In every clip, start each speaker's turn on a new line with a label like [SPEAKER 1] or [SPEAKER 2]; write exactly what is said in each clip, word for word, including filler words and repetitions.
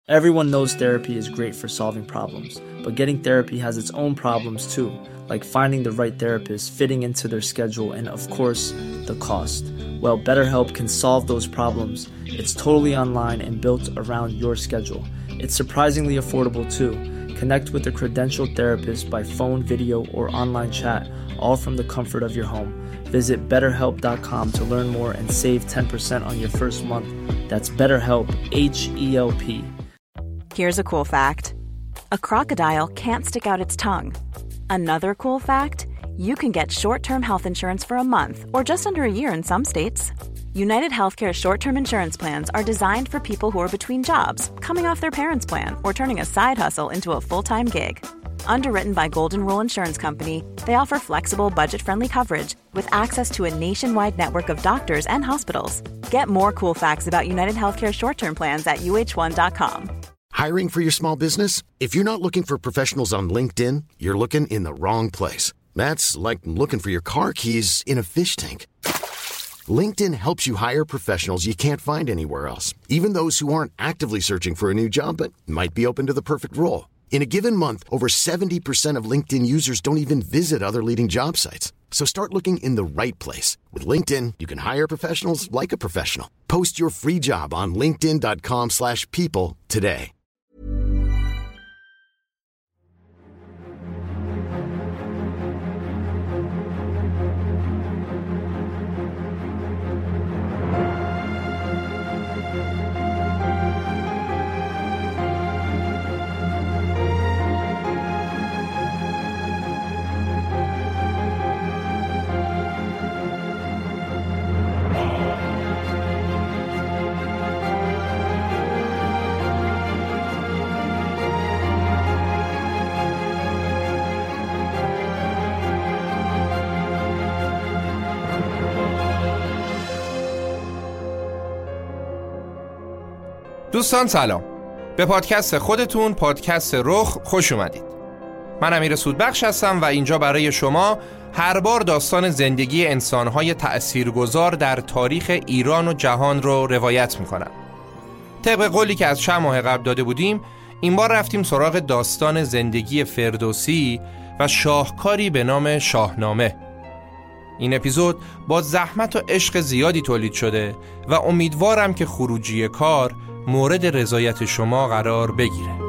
[SPEAKER 1] Everyone knows therapy is great for solving problems, but getting therapy has its own problems too, like finding the right therapist, fitting into their schedule, and of course, the cost. Well, BetterHelp can solve those problems. It's totally online and built around your schedule. It's surprisingly affordable too. Connect with a credentialed therapist by phone, video, or online chat, all from the comfort of your home. Visit better help dot com to learn more and save ten percent on your first month. That's BetterHelp, H E L P.
[SPEAKER 2] Here's a cool fact. A crocodile can't stick out its tongue. Another cool fact, you can get short-term health insurance for a month or just under a year in some states. United Healthcare short-term insurance plans are designed for people who are between jobs, coming off their parents' plan, or turning a side hustle into a full-time gig. Underwritten by Golden Rule Insurance Company, they offer flexible, budget-friendly coverage with access to a nationwide network of doctors and hospitals. Get more cool facts about United Healthcare short-term plans at U H one dot com.
[SPEAKER 3] Hiring for your small business? If you're not looking for professionals on LinkedIn, you're looking in the wrong place. That's like looking for your car keys in a fish tank. LinkedIn helps you hire professionals you can't find anywhere else, even those who aren't actively searching for a new job but might be open to the perfect role. In a given month, over seventy percent of LinkedIn users don't even visit other leading job sites. So start looking in the right place. With LinkedIn, you can hire professionals like a professional. Post your free job on linkedin dot com slash people today.
[SPEAKER 4] دوستان سلام، به پادکست خودتون، پادکست رخ، خوش اومدید. من امیر سودبخش هستم و اینجا برای شما هر بار داستان زندگی انسان‌های تأثیرگذار در تاریخ ایران و جهان رو روایت میکنم. طبق قولی که از چند ماه قبل داده بودیم، این بار رفتیم سراغ داستان زندگی فردوسی و شاهکاری به نام شاهنامه. این اپیزود با زحمت و عشق زیادی تولید شده و امیدوارم که خروجی کار مورد رضایت شما قرار بگیره.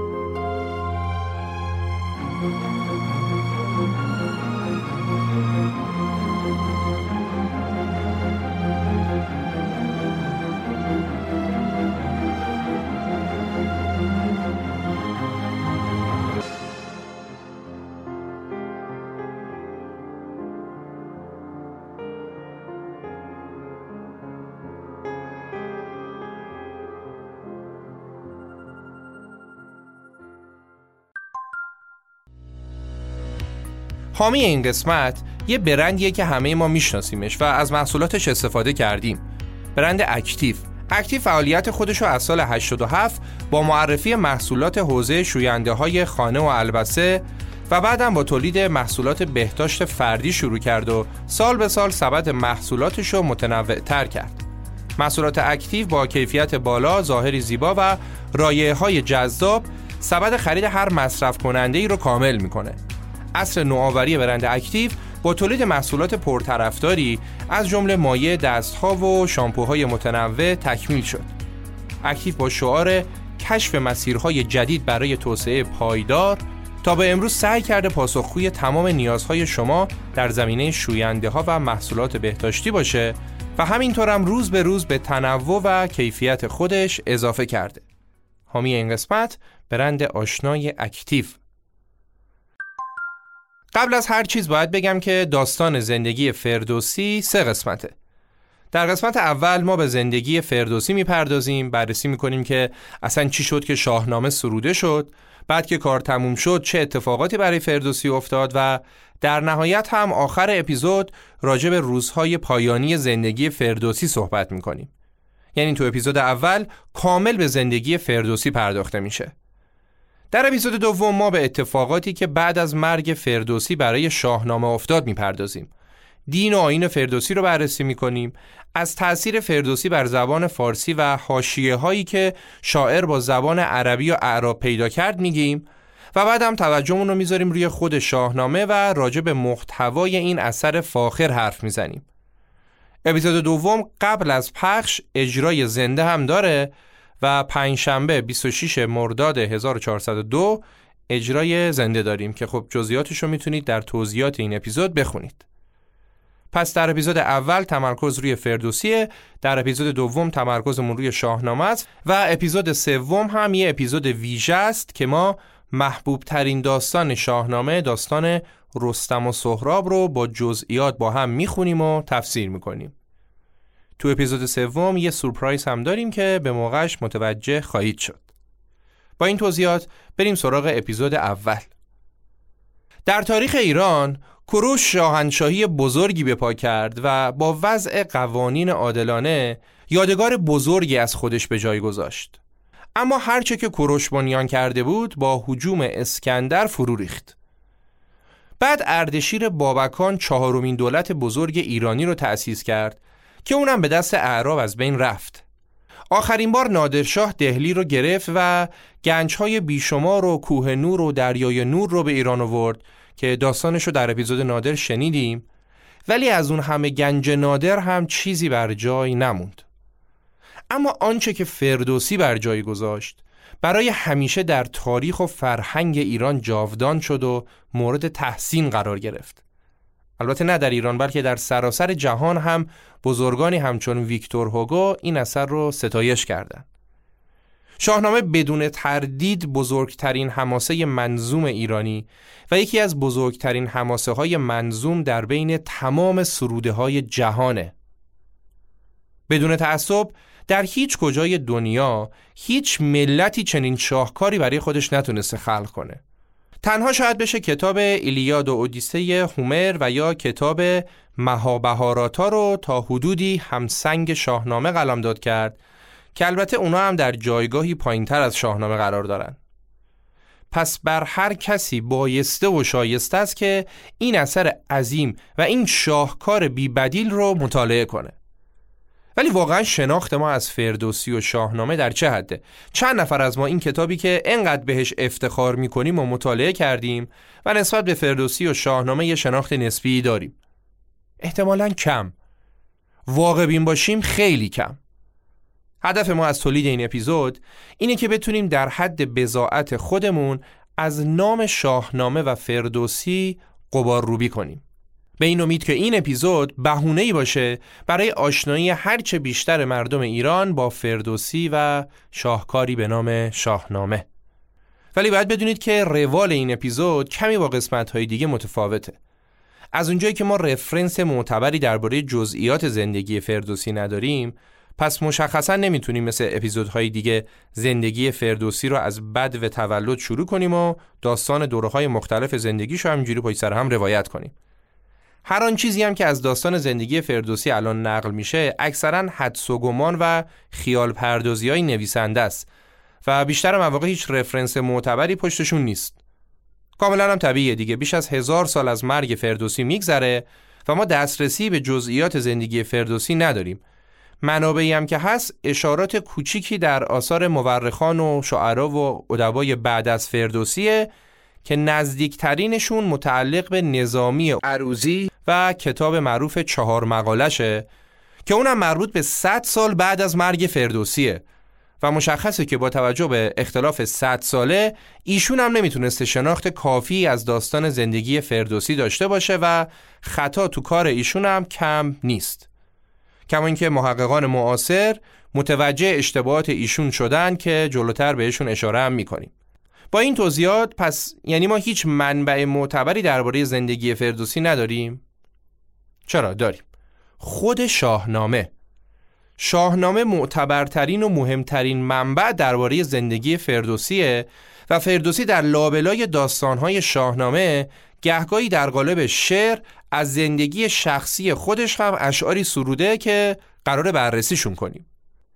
[SPEAKER 4] حامی این قسمت یه برندیه که همه ما میشناسیمش و از محصولاتش استفاده کردیم. برند اکتیو. اکتیو فعالیت خودشو از سال هشتاد و هفت با معرفی محصولات حوزه شوینده های خانه و البسه و بعدم با تولید محصولات بهداشت فردی شروع کرد و سال به سال سبد محصولاتشو متنوع تر کرد. محصولات اکتیو با کیفیت بالا، ظاهری زیبا و رایحه‌های جذاب سبد خرید هر مصرف کننده ای رو کامل میکنه. عصر نوآوری برند اکتیو با تولید محصولات پرطرفداری از جمله مایع دست‌ها و شامپوهای متنوع تکمیل شد. اکتیو با شعار کشف مسیرهای جدید برای توسعه پایدار تا به امروز سعی کرده پاسخگوی تمام نیازهای شما در زمینه شوینده‌ها و محصولات بهداشتی باشه و همینطور هم روز به روز به تنوع و کیفیت خودش اضافه کرده. حامی این قسمت برند آشنای اکتیو. قبل از هر چیز باید بگم که داستان زندگی فردوسی سه قسمته. در قسمت اول ما به زندگی فردوسی میپردازیم، بررسی میکنیم که اصلا چی شد که شاهنامه سروده شد، بعد که کار تموم شد چه اتفاقاتی برای فردوسی افتاد و در نهایت هم آخر اپیزود راجع به روزهای پایانی زندگی فردوسی صحبت میکنیم. یعنی تو اپیزود اول کامل به زندگی فردوسی پرداخته میشه. در اپیزود دوم ما به اتفاقاتی که بعد از مرگ فردوسی برای شاهنامه افتاد میپردازیم. دین و آیین فردوسی رو بررسی می‌کنیم، از تأثیر فردوسی بر زبان فارسی و حاشیه‌هایی که شاعر با زبان عربی و اعراب پیدا کرد میگیم و بعد هم توجهمون رو میذاریم روی خود شاهنامه و راجع به محتوای این اثر فاخر حرف میزنیم. اپیزود دوم قبل از پخش اجرای زنده هم داره و پنجشنبه بیست و ششم مرداد هزار و چهارصد و دو اجرای زنده داریم که خب جزئیاتش رو میتونید در توضیحات این اپیزود بخونید. پس در اپیزود اول تمرکز روی فردوسیه، در اپیزود دوم تمرکزمون روی شاهنامه است و اپیزود سوم هم یه اپیزود ویژه است که ما محبوب ترین داستان شاهنامه، داستان رستم و سهراب رو با جزئیات با هم میخونیم و تفسیر میکنیم. تو اپیزود سوم یه سورپرایز هم داریم که به موقعش متوجه خواهید شد. با این توضیحات بریم سراغ اپیزود اول. در تاریخ ایران کوروش شاهنشاهی بزرگی به پا کرد و با وضع قوانین عادلانه یادگار بزرگی از خودش به جای گذاشت. اما هرچه که کوروش بنیان کرده بود با هجوم اسکندر فرو ریخت. بعد اردشیر بابکان چهارمین دولت بزرگ ایرانی رو تأسیس کرد که اونم به دست اعراب از بین رفت. آخرین بار نادرشاه دهلی رو گرفت و گنج‌های بیشمار و کوه نور و دریای نور رو به ایران آورد که داستانش رو در اپیزود نادر شنیدیم، ولی از اون همه گنج نادر هم چیزی بر جای نموند. اما آنچه که فردوسی بر جای گذاشت برای همیشه در تاریخ و فرهنگ ایران جاودان شد و مورد تحسین قرار گرفت. البته نه در ایران بلکه در سراسر جهان هم بزرگانی همچون ویکتور هوگو این اثر رو ستایش کردند. شاهنامه بدون تردید بزرگترین حماسه منظوم ایرانی و یکی از بزرگترین حماسه های منظوم در بین تمام سروده های جهانه. بدون تعصب در هیچ کجای دنیا هیچ ملتی چنین شاهکاری برای خودش نتونسته خلق کنه. تنها شاید بشه کتاب ایلیاد و اودیسه هومر و یا کتاب مهابهاراتا رو تا حدودی همسنگ شاهنامه قلمداد کرد که البته اونا هم در جایگاهی پایینتر از شاهنامه قرار دارن. پس بر هر کسی بایسته و شایسته است که این اثر عظیم و این شاهکار بی بدیل رو مطالعه کنه. ولی واقعا شناخت ما از فردوسی و شاهنامه در چه حده؟ چند نفر از ما این کتابی که انقدر بهش افتخار میکنیم و مطالعه کردیم و نسبت به فردوسی و شاهنامه یه شناخت نسبی داریم؟ احتمالاً کم. واقع بین باشیم خیلی کم. هدف ما از تولید این اپیزود اینه که بتونیم در حد بضاعت خودمون از نام شاهنامه و فردوسی غبار روبی کنیم. به این امید که این اپیزود بهونه‌ای باشه برای آشنایی هرچه بیشتر مردم ایران با فردوسی و شاهکاری به نام شاهنامه. ولی باید بدونید که روال این اپیزود کمی با قسمت‌های دیگه متفاوته. از اونجایی که ما رفرنس معتبری درباره جزئیات زندگی فردوسی نداریم، پس مشخصا نمیتونیم مثل اپیزودهای دیگه زندگی فردوسی رو از بد و تولد شروع کنیم و داستان دوره‌های مختلف زندگیش رو همینجوری پشت سر هم روایت کنیم. هر آن چیزی هم که از داستان زندگی فردوسی الان نقل میشه اکثرا حدس و گمان و خیال پردازی‌های نویسنده است و بیشتر مواقع هیچ رفرنس معتبری پشتشون نیست. کاملا هم طبیعیه دیگه، بیش از هزار سال از مرگ فردوسی میگذره و ما دسترسی به جزئیات زندگی فردوسی نداریم. منابعی هم که هست اشارات کوچیکی در آثار مورخان و شعرا و ادبای بعد از فردوسیه که نزدیکترینشون متعلق به نظامی عروضی و کتاب معروف چهار مقالشه که اونم مربوط به صد سال بعد از مرگ فردوسیه و مشخصه که با توجه به اختلاف صد ساله ایشون هم نمیتونسته شناخت کافی از داستان زندگی فردوسی داشته باشه و خطا تو کار ایشون هم کم نیست. کما اینکه محققان معاصر متوجه اشتباهات ایشون شدن که جلوتر بهشون اشاره هم میکنیم. با این توضیحات پس یعنی ما هیچ منبع معتبری درباره زندگی فردوسی نداریم؟ چرا داریم. خود شاهنامه. شاهنامه معتبرترین و مهمترین منبع درباره زندگی فردوسیه و فردوسی در لابلای داستانهای شاهنامه گهگاهی در قالب شعر از زندگی شخصی خودش هم اشعاری سروده که قراره بررسیشون کنیم.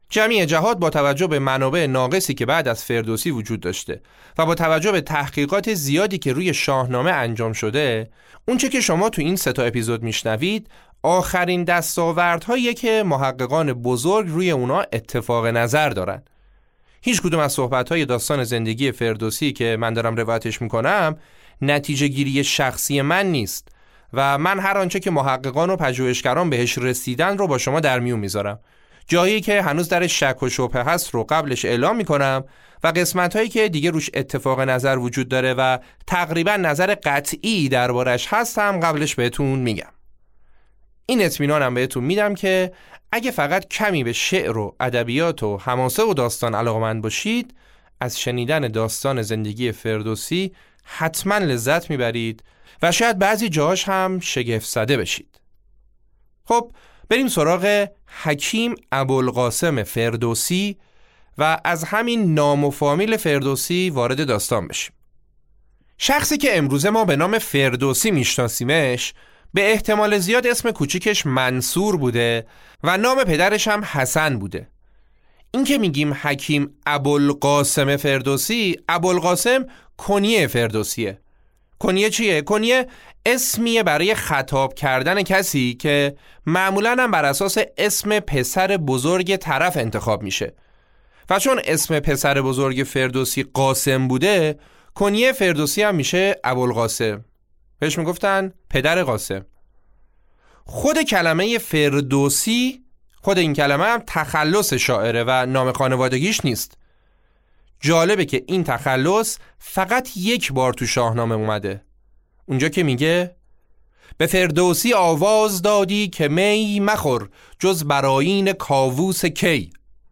[SPEAKER 4] جمعی جهات با توجه به منابع ناقصی که بعد از فردوسی وجود داشته و با توجه به تحقیقات زیادی که روی شاهنامه انجام شده، اونچه که شما تو این سه تا اپیزود میشنوید آخرین دستاوردهایی که محققان بزرگ روی اونا اتفاق نظر دارن. هیچ کدوم از صحبت‌های داستان زندگی فردوسی که من دارم روایتش میکنم نتیجه گیری شخصی من نیست و من هر آنچه که محققان و پژوهشگران بهش رسیدن رو با شما در میون میذارم. جایی که هنوز در شک و شبهه هست رو قبلش اعلام میکنم و قسمت‌هایی که دیگه روش اتفاق نظر وجود داره و تقریبا نظر قطعی دربارش هست هم قبلش بهتون میگم. این اطمینانم بهتون میدم که اگه فقط کمی به شعر و ادبیات و حماسه و داستان علاقه‌مند باشید، از شنیدن داستان زندگی فردوسی حتما لذت میبرید و شاید بعضی جاهاش هم شگفت زده بشید. خب بریم سراغ حکیم ابوالقاسم فردوسی و از همین نام و فامیل فردوسی وارد داستان بشیم. شخصی که امروزه ما به نام فردوسی میشناسیمش به احتمال زیاد اسم کوچیکش منصور بوده و نام پدرش هم حسن بوده. این که میگیم حکیم ابوالقاسم فردوسی، ابوالقاسم کنیه فردوسیه. کنیه چیه؟ کنیه اسمیه برای خطاب کردن کسی که معمولاً هم بر اساس اسم پسر بزرگ طرف انتخاب میشه و چون اسم پسر بزرگ فردوسی قاسم بوده، کنیه فردوسی هم میشه ابوالقاسم. بهش میگفتن پدر قاسم. خود کلمه فردوسی، خود این کلمه هم تخلص شاعره و نام خانوادگیش نیست. جالبه که این تخلص فقط یک بار تو شاهنامه اومده، اونجا که میگه به فردوسی آواز دادی که می مخور جز براین کاووس کی.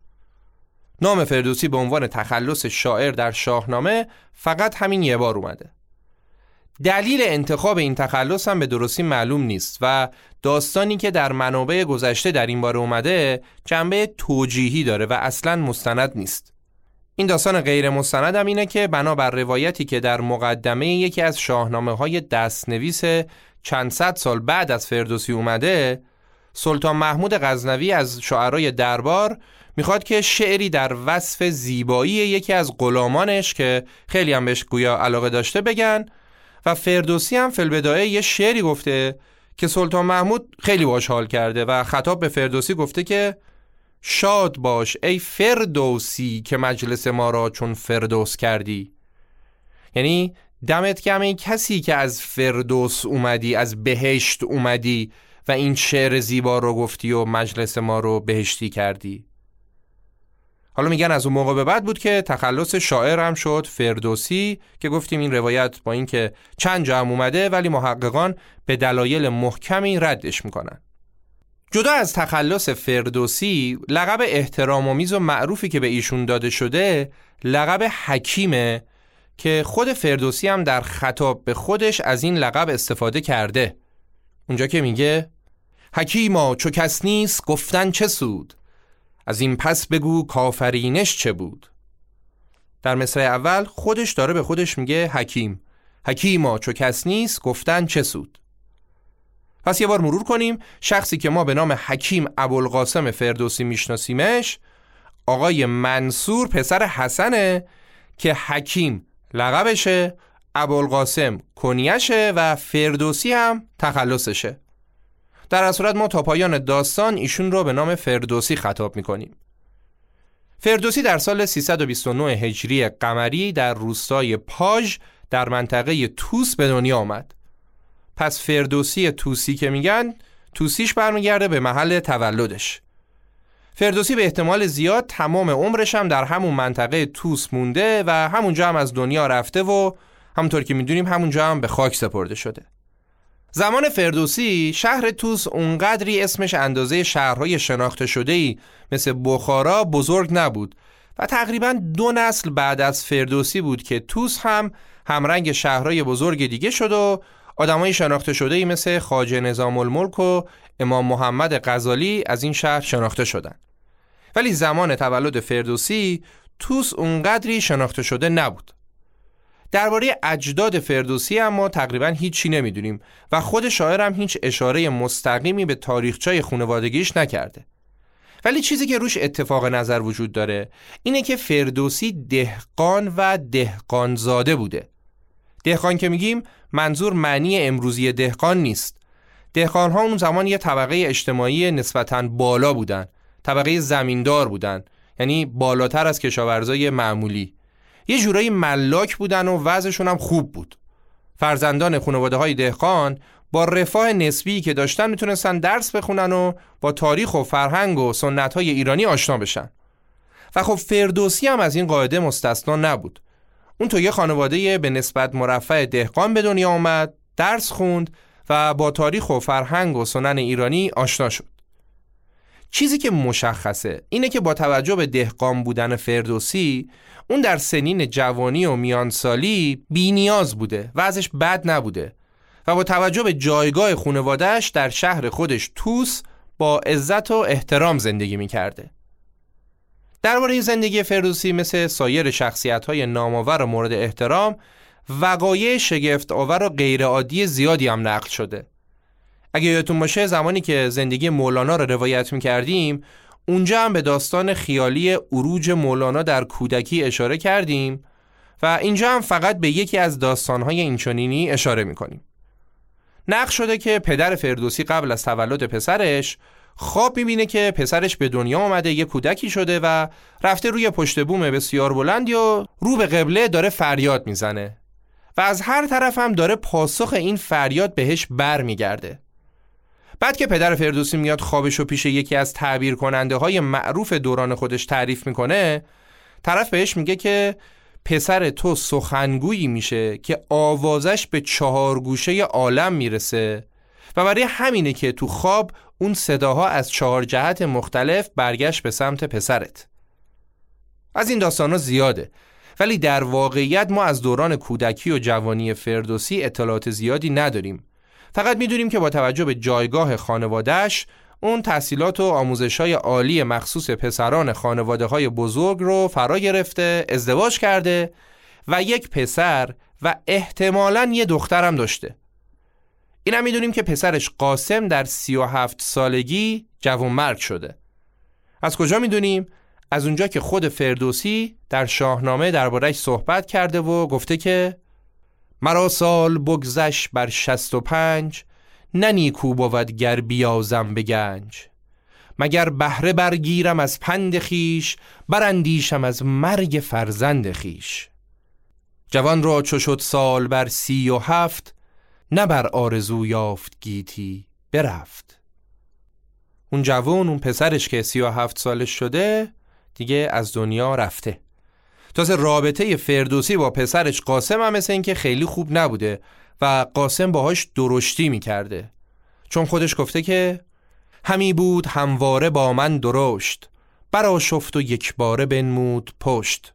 [SPEAKER 4] نام فردوسی به عنوان تخلص شاعر در شاهنامه فقط همین یه بار اومده. دلیل انتخاب این تخلص هم به درستی معلوم نیست و داستانی که در منابع گذشته در این باره اومده جنبه توجیهی داره و اصلاً مستند نیست. این داستان غیر مستند هم اینه که بنابر روایتی که در مقدمه یکی از شاهنامه‌های دستنویس چند صد سال بعد از فردوسی اومده، سلطان محمود غزنوی از شاعرای دربار میخواد که شعری در وصف زیبایی یکی از غلامانش که خیلی هم بهش گویا علاقه داشته بگن و فردوسی هم فی البدایه یه شعری گفته که سلطان محمود خیلی باش حال کرده و خطاب به فردوسی گفته که شاد باش ای فردوسی که مجلس ما را چون فردوس کردی. یعنی دمت گرم ای کسی که از فردوس اومدی، از بهشت اومدی و این شعر زیبا رو گفتی و مجلس ما رو بهشتی کردی. حالا میگن از اون موقع به بعد بود که تخلص شاعر هم شد فردوسی که گفتیم این روایت با این که چند جا هم اومده ولی محققان به دلایل محکمی ردش میکنن. جدا از تخلص فردوسی، لقب احترام‌آمیز و معروفی که به ایشون داده شده لقب حکیمه که خود فردوسی هم در خطاب به خودش از این لقب استفاده کرده. اونجا که میگه حکیما چو کس نیست گفتن چه سود، از این پس بگو کافرینش چه بود. در مصرع اول خودش داره به خودش میگه حکیم، حکیما چو کس نیست گفتن چه سود. پس یه بار مرور کنیم. شخصی که ما به نام حکیم ابوالقاسم فردوسی میشناسیمش آقای منصور پسر حسنه که حکیم لقبشه، ابوالقاسم کنیشه و فردوسی هم تخلصشه. در اصل صورت ما تا پایان داستان ایشون رو به نام فردوسی خطاب میکنیم. فردوسی در سال سیصد و بیست و نه هجری قمری در روستای پاژ در منطقه توس به دنیا آمد. پس فردوسی توسی که میگن توسیش برمیگرده به محل تولدش. فردوسی به احتمال زیاد تمام عمرش هم در همون منطقه توس مونده و همونجا هم از دنیا رفته و همونطور که میدونیم همونجا هم به خاک سپرده شده. زمان فردوسی شهر توس اونقدری اسمش اندازه شهرهای شناخته شده‌ای مثل بخارا بزرگ نبود و تقریباً دو نسل بعد از فردوسی بود که توس هم همرنگ شهرهای بزرگ دیگه شد و آدمای شناخته شده‌ای مثل خواجه نظام الملک و امام محمد غزالی از این شهر شناخته شدن. ولی زمان تولد فردوسی توس اونقدری شناخته شده نبود. درباره اجداد فردوسی هم ما تقریبا هیچی نمیدونیم و خود شاعر هم هیچ اشاره مستقیمی به تاریخچه خانوادگیش نکرده. ولی چیزی که روش اتفاق نظر وجود داره اینه که فردوسی دهقان و دهقانزاده بوده. دهقان که میگیم منظور معنی امروزی دهقان نیست. دهقان ها اون زمان یه طبقه اجتماعی نسبتاً بالا بودن، طبقه زمیندار بودن، یعنی بالاتر از کشاورزای معمولی. یه جورایی ملاک بودن و وضعشون هم خوب بود. فرزندان خانواده های دهقان با رفاه نسبی که داشتن میتونستن درس بخونن و با تاریخ و فرهنگ و سنت های ایرانی آشنا بشن. و خب فردوسی هم از این قاعده مستثنا نبود. اون تو یه خانواده به نسبت مرفه دهقان به دنیا اومد، درس خوند و با تاریخ و فرهنگ و سنن ایرانی آشنا شد. چیزی که مشخصه اینه که با توجه به دهقان بودن فردوسی، اون در سنین جوانی و میانسالی بی نیاز بوده و ازش بد نبوده و با توجه به جایگاه خانواده‌اش در شهر خودش توس با عزت و احترام زندگی می‌کرده. درباره زندگی فردوسی مثل سایر شخصیت‌های نام‌آور و مورد احترام، وقایع شگفت‌آور و غیرعادی زیادی هم نقل شده. اگه یادتون باشه زمانی که زندگی مولانا رو روایت می‌کردیم، اونجا هم به داستان خیالی عروج مولانا در کودکی اشاره کردیم و اینجا هم فقط به یکی از داستان‌های اینچنینی اشاره می‌کنیم. نقل شده که پدر فردوسی قبل از تولد پسرش خواب می‌بینه که پسرش به دنیا آمده، یه کودکی شده و رفته روی پشت بوم بسیار بلندی و رو به قبله داره فریاد میزنه و از هر طرف هم داره پاسخ این فریاد بهش بر میگرده. بعد که پدر فردوسی میاد خوابشو پیش یکی از تعبیر کننده های معروف دوران خودش تعریف میکنه، طرف بهش میگه که پسر تو سخنگویی میشه که آوازش به چهار گوشه عالم میرسه و برای همینه که تو خواب اون صداها از چهار جهت مختلف برگشت به سمت پسرت. از این داستانا زیاده، ولی در واقعیت ما از دوران کودکی و جوانی فردوسی اطلاعات زیادی نداریم. فقط میدونیم که با توجه به جایگاه خانواده‌اش اون تحصیلات و آموزش‌های عالی مخصوص پسران خانواده‌های بزرگ رو فرا گرفته، ازدواج کرده و یک پسر و احتمالاً یه دخترم داشته. اینم میدونیم که پسرش قاسم در سی و هفت سالگی جوانمرگ شده. از کجا میدونیم؟ از اونجا که خود فردوسی در شاهنامه درباره‌اش صحبت کرده و گفته که مرا سال بگذشت بر شست و پنج، نه نیکو بود گر بیازم به گنج. مگر بهره برگیرم از پند خیش، براندیشم از مرگ فرزند خیش. جوان را چو شد سال بر سی و هفت، نه بر آرزو یافت گیتی برفت. اون جوان، اون پسرش که سی و هفت سالش شده دیگه از دنیا رفته. تازه رابطه فردوسی با پسرش قاسم هم مثل این که خیلی خوب نبوده و قاسم باهاش درشتی میکرده، چون خودش گفته که همی بود همواره با من درشت، برا شفت و یک باره بنمود پشت.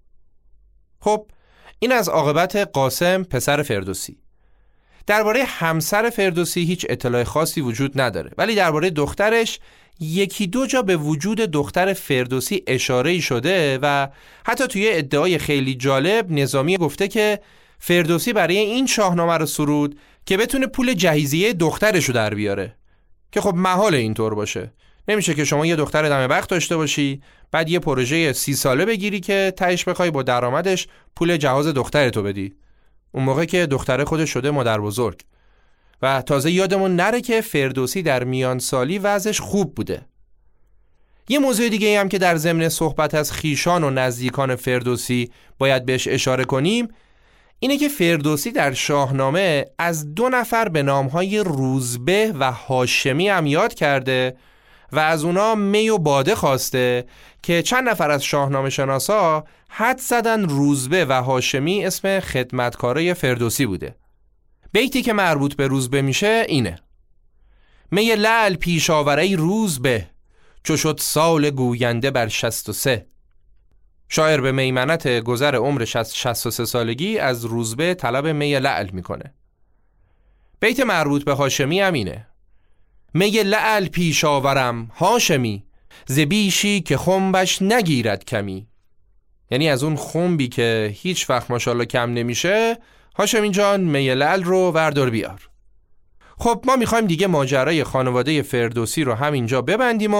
[SPEAKER 4] خب این از عاقبت قاسم پسر فردوسی. درباره همسر فردوسی هیچ اطلاع خاصی وجود نداره، ولی درباره دخترش یکی دو جا به وجود دختر فردوسی اشاره‌ای شده و حتی توی ادعای خیلی جالب نظامی گفته که فردوسی برای این شاهنامه رو سرود که بتونه پول جهیزیه دخترشو در بیاره، که خب محال اینطور باشه. نمیشه که شما یه دختر دم بخت داشته باشی بعد یه پروژه سی ساله بگیری که تهش بخوای با درآمدش پول جهاز دخترتو بدی، اون موقع که دختره خودش شده مادر بزرگ. و تازه یادمون نره که فردوسی در میان سالی وضعش خوب بوده. یه موضوع دیگه هم که در ضمن صحبت از خیشان و نزدیکان فردوسی باید بهش اشاره کنیم اینه که فردوسی در شاهنامه از دو نفر به نامهای روزبه و هاشمی هم یاد کرده و از اونا می و باده خواسته که چند نفر از شاهنامه شناسا حد زدن روزبه و هاشمی اسم خدمتکارای فردوسی بوده. بیتی که مربوط به روزبه میشه اینه: می لعل پیش آوره روزبه، چو شد سال گوینده بر شست و سه. شاعر به میمنت گذر عمر شصت و سه سالگی از روزبه طلب می لعل میکنه. بیت مربوط به هاشمی هم اینه: می لعل پیش آورم هاشمی، ز بیشی که خنبش نگیرد کمی. یعنی از اون خنبی که هیچ وقت ماشاءالله کم نمیشه، هاشمی جان می لعل رو وردار بیار. خب ما میخوایم دیگه ماجرای خانواده فردوسی رو همینجا ببندیم و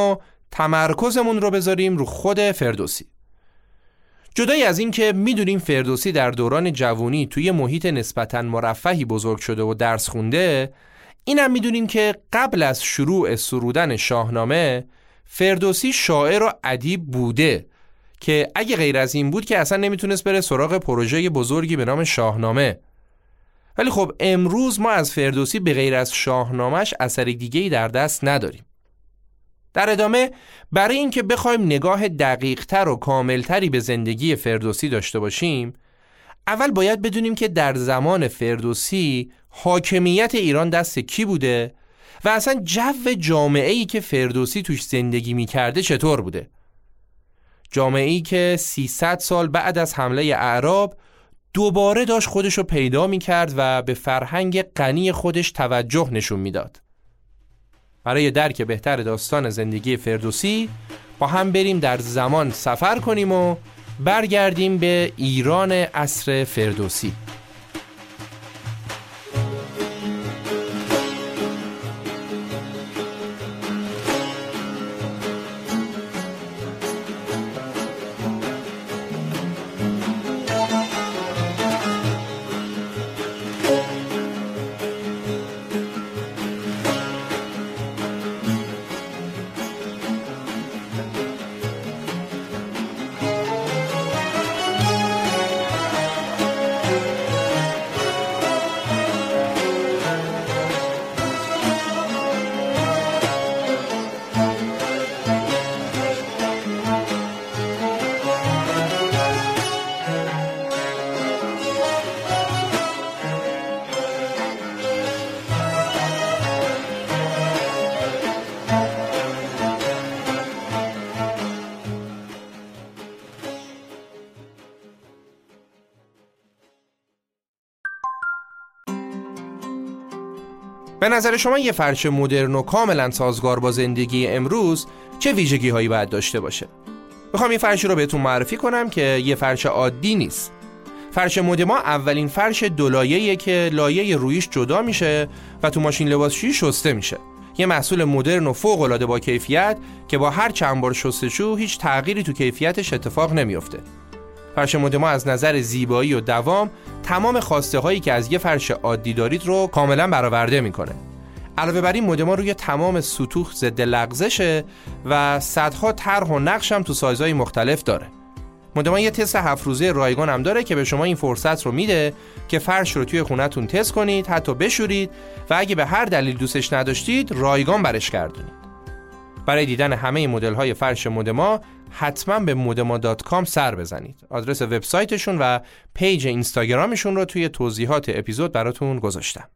[SPEAKER 4] تمرکزمون رو بذاریم رو خود فردوسی. جدای از این که میدونیم فردوسی در دوران جوانی توی محیط نسبتاً مرفهی بزرگ شده و درس خونده، اینم میدونیم که قبل از شروع سرودن شاهنامه فردوسی شاعر و ادیب بوده که اگه غیر از این بود که اصلا نمیتونست بره سراغ پروژه بزرگی به نام شاهنامه. ولی خب امروز ما از فردوسی به غیر از شاهنامه‌اش اثری دیگه‌ای در دست نداریم. در ادامه برای اینکه بخوایم نگاه دقیق‌تر و کاملتری به زندگی فردوسی داشته باشیم، اول باید بدونیم که در زمان فردوسی حاکمیت ایران دست کی بوده و اصلا جو جامعه‌ای که فردوسی توش زندگی می‌کرده چطور بوده. جامعه‌ای که سیصد سال بعد از حمله اعراب دوباره داشت خودشو پیدا می‌کرد و به فرهنگ غنی خودش توجه نشون میداد. برای درک بهتر داستان زندگی فردوسی با هم بریم در زمان سفر کنیم و برگردیم به ایران عصر فردوسی. به نظر شما یه فرش مدرن و کاملا سازگار با زندگی امروز چه ویژگی هایی باید داشته باشه؟ میخوام یه فرشی رو بهتون معرفی کنم که یه فرش عادی نیست. فرش مدما اولین فرش دو لایه‌ایه که لایه رویش جدا میشه و تو ماشین لباسشویی شسته میشه. یه محصول مدرن و فوق العاده با کیفیت که با هر چند بار شستشو هیچ تغییری تو کیفیتش اتفاق نمیفته. فرش مدما از نظر زیبایی و دوام تمام خواسته هایی که از یه فرش عادی دارید رو کاملا برآورده میکنه. علاوه بر این مدما روی تمام سطوح ضد لغزشه و صدها طرح و نقش هم تو سایزهای مختلف داره. مدما یه تست هفت روزه رایگان هم داره که به شما این فرصت رو میده که فرش رو توی خونتون تست کنید، حتی بشورید و اگه به هر دلیل دوستش نداشتید رایگان برش گردونید. برای دیدن همه مدل‌های فرش مدما حتما به مدما دات کام سر بزنید. آدرس وبسایتشون و پیج اینستاگرامشون رو توی توضیحات اپیزود براتون گذاشتم.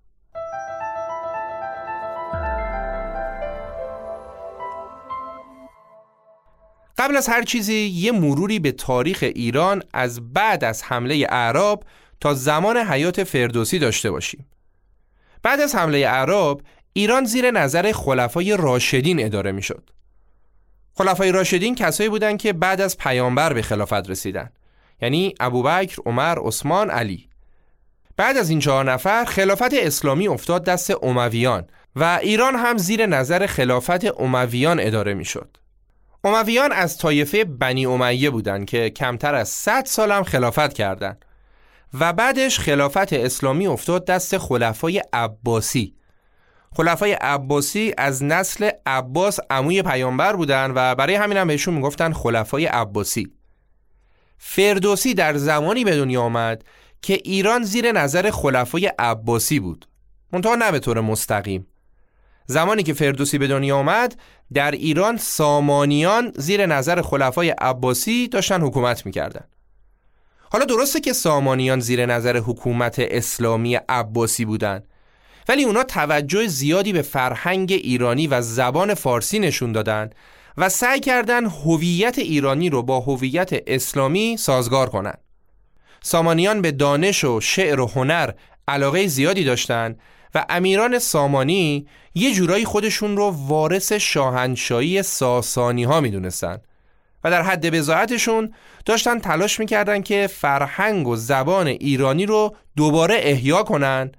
[SPEAKER 4] قبل از هر چیزی یه مروری به تاریخ ایران از بعد از حمله اعراب تا زمان حیات فردوسی داشته باشیم. بعد از حمله اعراب ایران زیر نظر خلفای راشدین اداره می شد. خلفای راشدین کسایی بودن که بعد از پیامبر به خلافت رسیدن، یعنی ابوبکر، عمر، عثمان، علی. بعد از این چهار نفر خلافت اسلامی افتاد دست امویان و ایران هم زیر نظر خلافت امویان اداره می شد. امویان از طایفه بنی امیه بودن که کمتر از صد سال هم خلافت کردند و بعدش خلافت اسلامی افتاد دست خلفای عباسی. خلفای عباسی از نسل عباس عموی پیامبر بودن و برای همین هم بهشون میگفتن خلفای عباسی. فردوسی در زمانی به دنیا آمد که ایران زیر نظر خلفای عباسی بود، منتها نه به طور مستقیم. زمانی که فردوسی به دنیا آمد در ایران سامانیان زیر نظر خلفای عباسی داشتن حکومت میکردن. حالا درسته که سامانیان زیر نظر حکومت اسلامی عباسی بودن، ولی اونا توجه زیادی به فرهنگ ایرانی و زبان فارسی نشون دادن و سعی کردن هویت ایرانی رو با هویت اسلامی سازگار کنن. سامانیان به دانش و شعر و هنر علاقه زیادی داشتن و امیران سامانی یه جورایی خودشون رو وارث شاهنشاهی ساسانی ها می دونستن و در حد بضاعتشون داشتن تلاش میکردن که فرهنگ و زبان ایرانی رو دوباره احیا کنن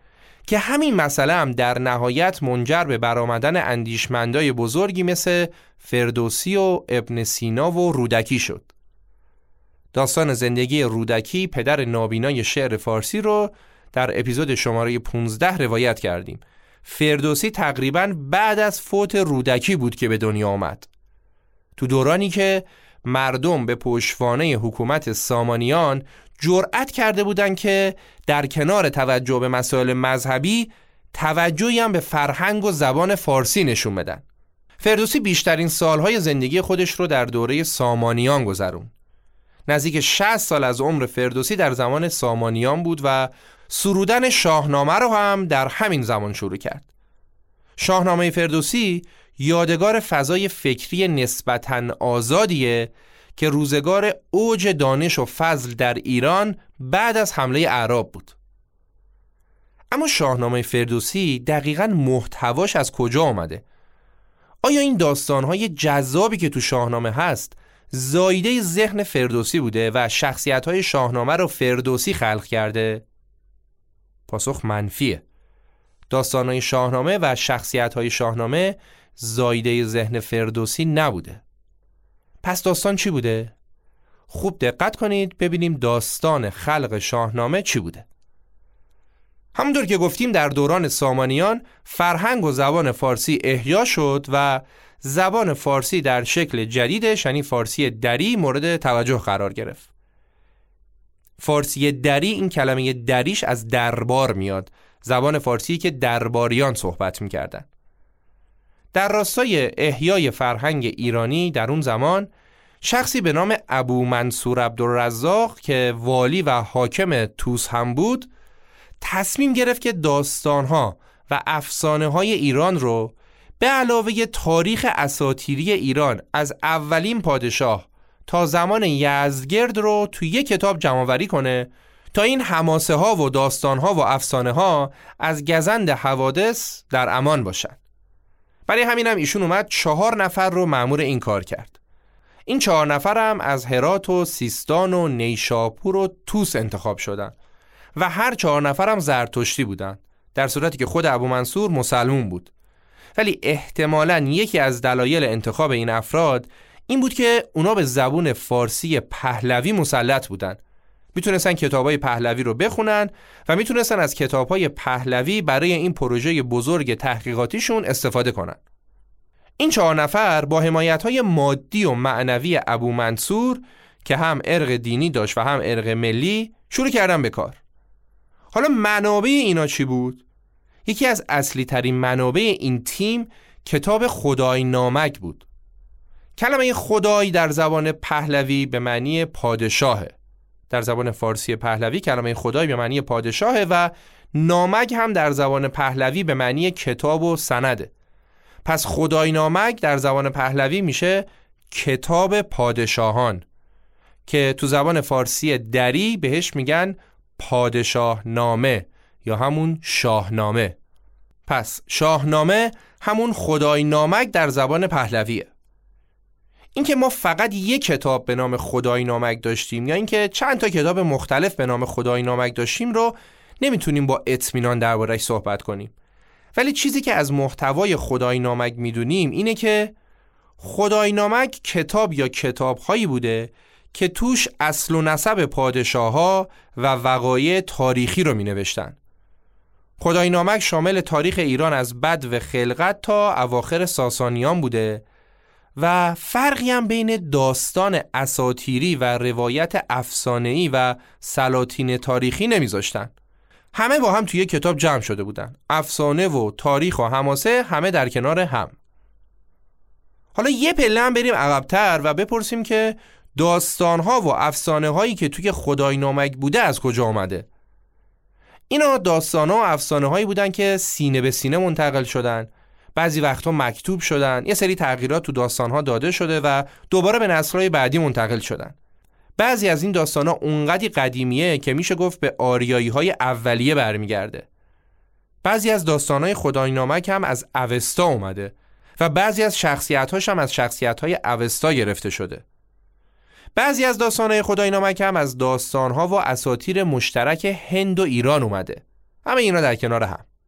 [SPEAKER 4] که همین مسئله هم در نهایت منجر به برآمدن اندیشمندای بزرگی مثل فردوسی و ابن سینا و رودکی شد. داستان زندگی رودکی، پدر نابینای شعر فارسی رو در اپیزود شماره پانزده روایت کردیم. فردوسی تقریباً بعد از فوت رودکی بود که به دنیا آمد. تو دورانی که مردم به پشتوانه حکومت سامانیان جرأت کرده بودند که در کنار توجه به مسائل مذهبی توجهی هم به فرهنگ و زبان فارسی نشون بدن. فردوسی بیشترین سالهای زندگی خودش رو در دوره سامانیان گذرون. نزدیک شصت سال از عمر فردوسی در زمان سامانیان بود و سرودن شاهنامه رو هم در همین زمان شروع کرد. شاهنامه فردوسی یادگار فضای فکری نسبتاً آزادیه که روزگار اوج دانش و فضل در ایران بعد از حمله اعراب بود. اما شاهنامه فردوسی دقیقاً محتواش از کجا آمده؟ آیا این داستان‌های جذابی که تو شاهنامه هست زایده ذهن فردوسی بوده و شخصیت‌های شاهنامه رو فردوسی خلق کرده؟ پاسخ منفیه. داستان‌های شاهنامه و شخصیت‌های شاهنامه زایده ذهن فردوسی نبوده. پس داستان چی بوده؟ خوب دقت کنید ببینیم داستان خلق شاهنامه چی بوده. همونطور که گفتیم در دوران سامانیان فرهنگ و زبان فارسی احیا شد و زبان فارسی در شکل جدیدش یعنی فارسی دری مورد توجه قرار گرفت. فارسی دری، این کلمه دریش از دربار میاد، زبان فارسی که درباریان صحبت میکردن. در راستای احیای فرهنگ ایرانی در اون زمان شخصی به نام ابو منصور عبدالرزاق که والی و حاکم طوس هم بود تصمیم گرفت که داستانها و افسانه‌های ایران رو به علاوه تاریخ اساطیری ایران از اولین پادشاه تا زمان یزدگرد رو توی یک کتاب جمع‌آوری کنه تا این حماسه ها و داستان ها و افسانه ها از گزند حوادث در امان باشن. برای همین هم ایشون اومد چهار نفر رو مأمور این کار کرد. این چهار نفر هم از هرات و سیستان و نیشاپور و طوس انتخاب شدن و هر چهار نفر هم زرتشتی بودن، در صورتی که خود ابو منصور مسلمون بود. ولی احتمالاً یکی از دلایل انتخاب این افراد این بود که اونا به زبون فارسی پهلوی مسلط بودن، میتونستن کتابای پهلوی رو بخونن و میتونستن از کتابای پهلوی برای این پروژه بزرگ تحقیقاتیشون استفاده کنن. این چهار نفر با حمایت‌های مادی و معنوی ابو منصور که هم ارق دینی داشت و هم ارق ملی شروع کردن به کار. حالا منابع اینا چی بود؟ یکی از اصلی ترین منابع این تیم کتاب خدای نامک بود. کلمه خدای در زبان پهلوی به معنی پادشاهه. در زبان فارسی پهلوی کلمه خدای به معنی پادشاهه و نامک هم در زبان پهلوی به معنی کتاب و سنده. پس خدای نامک در زبان پهلوی میشه کتاب پادشاهان که تو زبان فارسی دری بهش میگن پادشاه نامه یا همون شاهنامه. پس شاهنامه همون خدای نامک در زبان پهلویه. اینکه ما فقط یک کتاب به نام خدای نامک داشتیم یا اینکه چند تا کتاب مختلف به نام خدای نامک داشتیم رو نمیتونیم با اطمینان درباره‌اش صحبت کنیم. ولی چیزی که از محتوای خدای نامک میدونیم اینه که خدای نامک کتاب یا کتاب‌هایی بوده که توش اصل و نسب پادشاه‌ها و وقایع تاریخی رو می‌نوشتن. خدای نامک شامل تاریخ ایران از بدو خلقت تا اواخر ساسانیان بوده و فرقی هم بین داستان اساطیری و روایت افسانه‌ای و سلاطین تاریخی نمیذاشتن. همه با هم توی یک کتاب جمع شده بودن. افسانه و تاریخ و حماسه همه در کنار هم. حالا یه پله هم بریم عقب‌تر و بپرسیم که داستان‌ها و افسانه‌هایی که توی خدای نامک بوده از کجا آمده؟ اینا داستان‌ها و افسانه‌هایی بودن که سینه به سینه منتقل شدن، بعضی وقتا مکتوب شدن، یه سری تغییرات تو داستان‌ها داده شده و دوباره به نسل‌های بعدی منتقل شدن. بعضی از این داستان‌ها اونقدی قدیمیه که میشه گفت به آریایی‌های اولیه برمیگرده. بعضی از داستان‌های خدای نامک هم از اوستا اومده و بعضی از شخصیت‌هاش هم از شخصیت‌های اوستا گرفته شده. بعضی از داستان‌های خدای نامک هم از داستان‌ها و اساطیر مشترک هند و ایران اومده. همه اینا در کنار هم.